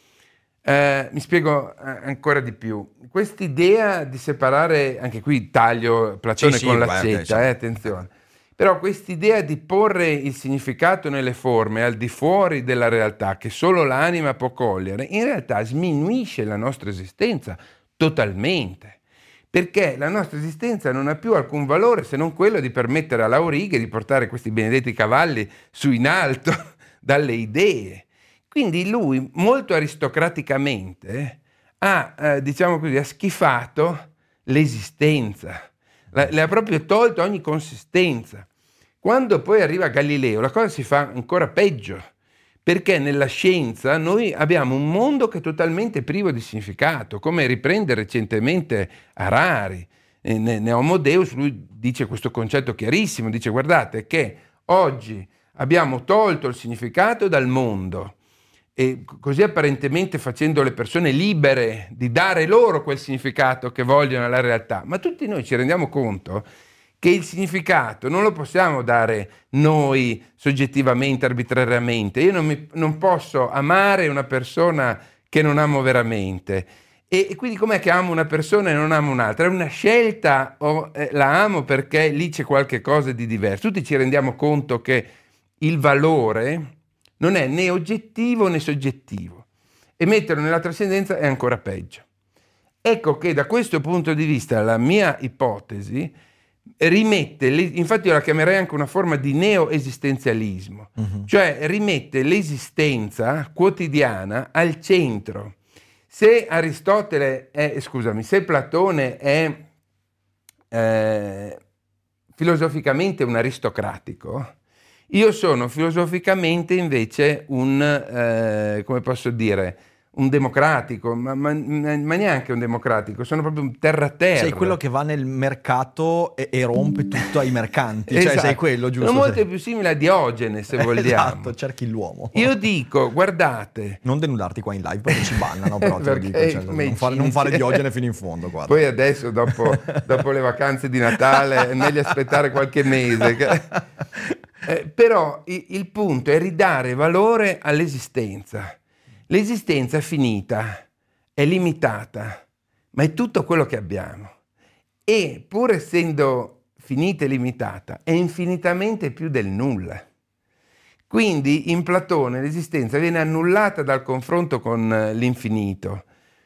Uh, mi spiego ancora di più. Quest'idea di separare, anche qui taglio Platone sì, con sì, l'accetta, okay, eh, attenzione, però quest'idea di porre il significato nelle forme al di fuori della realtà che solo l'anima può cogliere, in realtà sminuisce la nostra esistenza totalmente. Perché la nostra esistenza non ha più alcun valore se non quello di permettere all'Aurighe di portare questi benedetti cavalli su in alto dalle idee. Quindi lui, molto aristocraticamente, ha, eh, diciamo così, ha schifato l'esistenza, la, le ha proprio tolto ogni consistenza. Quando poi arriva Galileo, la cosa si fa ancora peggio, perché nella scienza noi abbiamo un mondo che è totalmente privo di significato, come riprende recentemente Harari. Eh, ne, ne Homo Deus lui dice questo concetto chiarissimo, dice guardate che oggi abbiamo tolto il significato dal mondo, e così apparentemente facendo le persone libere di dare loro quel significato che vogliono alla realtà, ma tutti noi ci rendiamo conto che il significato non lo possiamo dare noi soggettivamente, arbitrariamente. Io non, mi, non posso amare una persona che non amo veramente. E, e quindi com'è che amo una persona e non amo un'altra? È una scelta o eh, la amo perché lì c'è qualche cosa di diverso? Tutti ci rendiamo conto che il valore non è né oggettivo né soggettivo. E metterlo nella trascendenza è ancora peggio. Ecco che da questo punto di vista la mia ipotesi rimette, infatti io la chiamerei anche una forma di neo-esistenzialismo, uh-huh. cioè rimette l'esistenza quotidiana al centro. Se Aristotele è, scusami, se Platone è eh, filosoficamente un aristocratico, io sono filosoficamente invece un, eh, come posso dire, un democratico, ma, ma, ma neanche un democratico, sono proprio un terra-terra. Sei quello che va nel mercato e, e rompe tutto ai mercanti, cioè esatto. sei quello, giusto? Sono molto più simile a Diogene, se vogliamo. Esatto, cerchi l'uomo. Io dico, guardate... Non denudarti qua in live perché ci bannano, però te lo dico, cioè, non, fare, non fare Diogene fino in fondo. Guarda. Poi adesso, dopo, dopo le vacanze di Natale, è meglio aspettare qualche mese. Che... Eh, però il, il punto è ridare valore all'esistenza. L'esistenza è finita, è limitata, ma è tutto quello che abbiamo. E pur essendo finita e limitata, è infinitamente più del nulla. Quindi in Platone l'esistenza viene annullata dal confronto con l'infinito.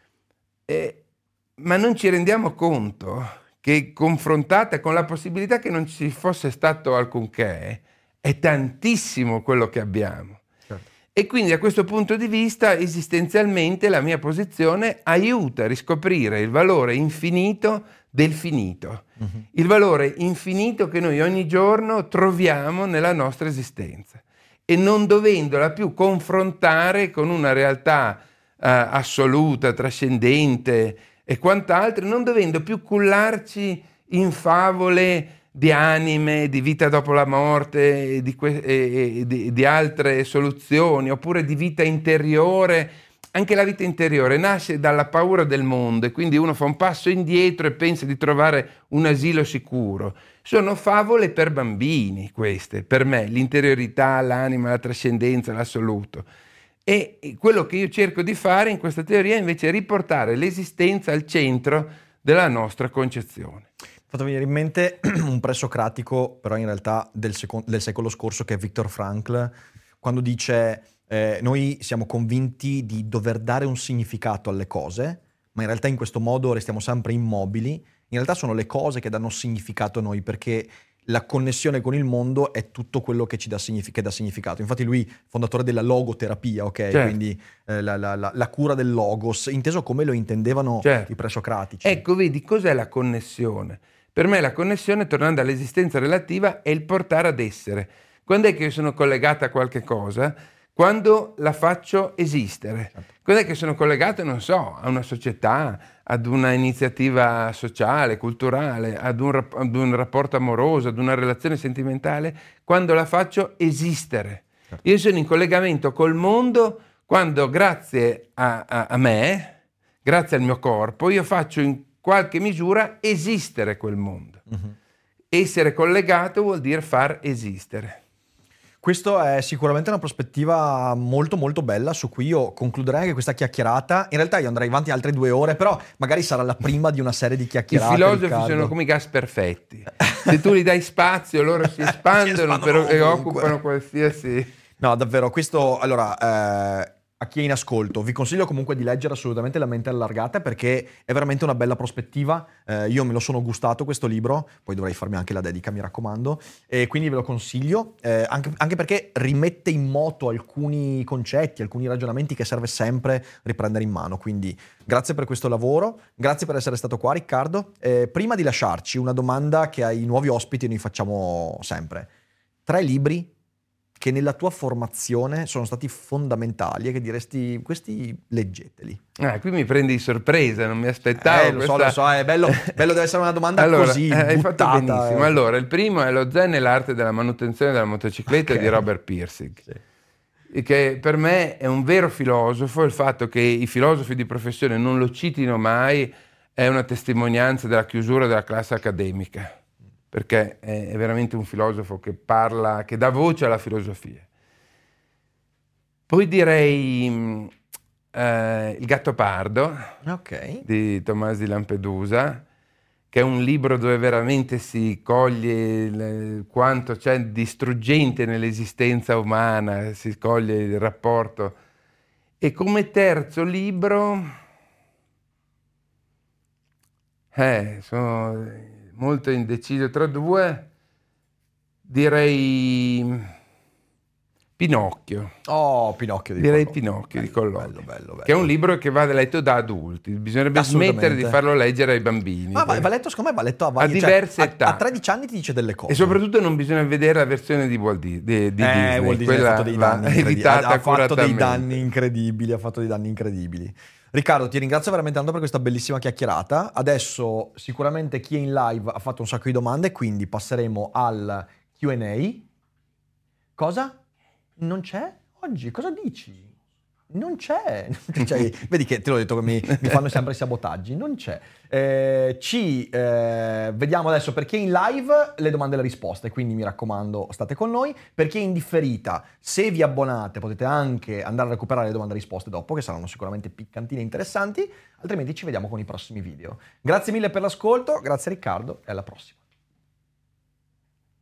Eh, ma non ci rendiamo conto che confrontata con la possibilità che non ci fosse stato alcunché, è tantissimo quello che abbiamo. E quindi da questo punto di vista esistenzialmente la mia posizione aiuta a riscoprire il valore infinito del finito, uh-huh. il valore infinito che noi ogni giorno troviamo nella nostra esistenza, e non dovendola più confrontare con una realtà uh, assoluta, trascendente e quant'altro, non dovendo più cullarci in favole di anime, di vita dopo la morte, di, que- e di, di altre soluzioni, oppure di vita interiore. Anche la vita interiore nasce dalla paura del mondo, e quindi uno fa un passo indietro e pensa di trovare un asilo sicuro. Sono favole per bambini queste, per me, l'interiorità, l'anima, la trascendenza, l'assoluto. E quello che io cerco di fare in questa teoria invece è riportare l'esistenza al centro della nostra concezione. fatto venire in mente un presocratico, però in realtà del, seco- del secolo scorso, che è Viktor Frankl, quando dice eh, noi siamo convinti di dover dare un significato alle cose, ma in realtà in questo modo restiamo sempre immobili. In realtà sono le cose che danno significato a noi, perché la connessione con il mondo è tutto quello che ci dà, signific- che dà significato. Infatti lui, fondatore della logoterapia, ok? Certo. Quindi eh, la, la, la, la cura del logos, inteso come lo intendevano Certo. i presocratici. Ecco, vedi, cos'è la connessione? Per me la connessione, tornando all'esistenza relativa, è il portare ad essere. Quando è che io sono collegata a qualche cosa? Quando la faccio esistere. Certo. Quando è che sono collegato, non so, a una società, ad una iniziativa sociale, culturale, ad un, rap- ad un rapporto amoroso, ad una relazione sentimentale? Quando la faccio esistere. Certo. Io sono in collegamento col mondo quando, grazie a, a, a me, grazie al mio corpo, io faccio in qualche misura esistere quel mondo. Mm-hmm. Essere collegato vuol dire far esistere. Questo è sicuramente una prospettiva molto molto bella, su cui io concluderei anche questa chiacchierata. In realtà io andrei avanti altre due ore, però magari sarà la prima di una serie di chiacchierate. I filosofi Riccardo. sono come i gas perfetti. Se tu gli dai spazio, loro si espandono, si però, e ovunque. occupano qualsiasi... No, davvero, questo... Allora, eh, a chi è in ascolto, vi consiglio comunque di leggere assolutamente La mente allargata, perché è veramente una bella prospettiva. Eh, io me lo sono gustato questo libro, poi dovrei farmi anche la dedica, mi raccomando, e quindi ve lo consiglio, eh, anche, anche perché rimette in moto alcuni concetti, alcuni ragionamenti che serve sempre riprendere in mano. Quindi grazie per questo lavoro, grazie per essere stato qua, Riccardo. Eh, prima di lasciarci, una domanda che ai nuovi ospiti noi facciamo sempre. Tre libri che nella tua formazione sono stati fondamentali e che diresti, questi leggeteli. Ah, qui mi prendi di sorpresa, non mi aspettavo. Eh, lo questa... so, lo so, è bello, bello deve essere una domanda allora, così, eh, hai fatto buttata, benissimo. eh. Allora, il primo è Lo zen e l'arte della manutenzione della motocicletta, Okay. di Robert Pirsig. Sì. Che per me è un vero filosofo. Il fatto che i filosofi di professione non lo citino mai è una testimonianza della chiusura della classe accademica, perché è veramente un filosofo che parla, che dà voce alla filosofia. Poi direi eh, Il Gattopardo, Ok. di Tomasi Lampedusa, che è un libro dove veramente si coglie il, quanto c'è di struggente nell'esistenza umana, si coglie il rapporto. E come terzo libro, eh, sono molto indeciso tra due, direi Pinocchio. Oh, Pinocchio di Direi Collodi. Pinocchio Bello, di Collodi, bello, bello, bello. che è un libro che va letto da adulti, bisognerebbe Assolutamente. smettere di farlo leggere ai bambini. Ma va, va letto, secondo me va letto a, vari, A diverse cioè, età. A, a tredici anni ti dice delle cose. E soprattutto non bisogna vedere la versione di Walt Disney, di, di eh, Disney. Walt Disney Quella ha fatto dei va danni incredibili. evitata Ha, ha fatto dei accuratamente. danni incredibili, ha fatto dei danni incredibili. Riccardo, ti ringrazio veramente tanto per questa bellissima chiacchierata. Adesso sicuramente chi è in live ha fatto un sacco di domande, quindi passeremo al Q and A. Cosa? Non c'è? Oggi? Cosa dici? Non c'è. Cioè, vedi che te l'ho detto che mi, mi fanno sempre i sabotaggi. Non c'è. Eh, ci eh, vediamo adesso per chi è in live le domande e le risposte, quindi mi raccomando state con noi. Per chi è in differita, se vi abbonate potete anche andare a recuperare le domande e risposte dopo, che saranno sicuramente piccantine e interessanti, altrimenti ci vediamo con i prossimi video. Grazie mille per l'ascolto, grazie Riccardo e alla prossima.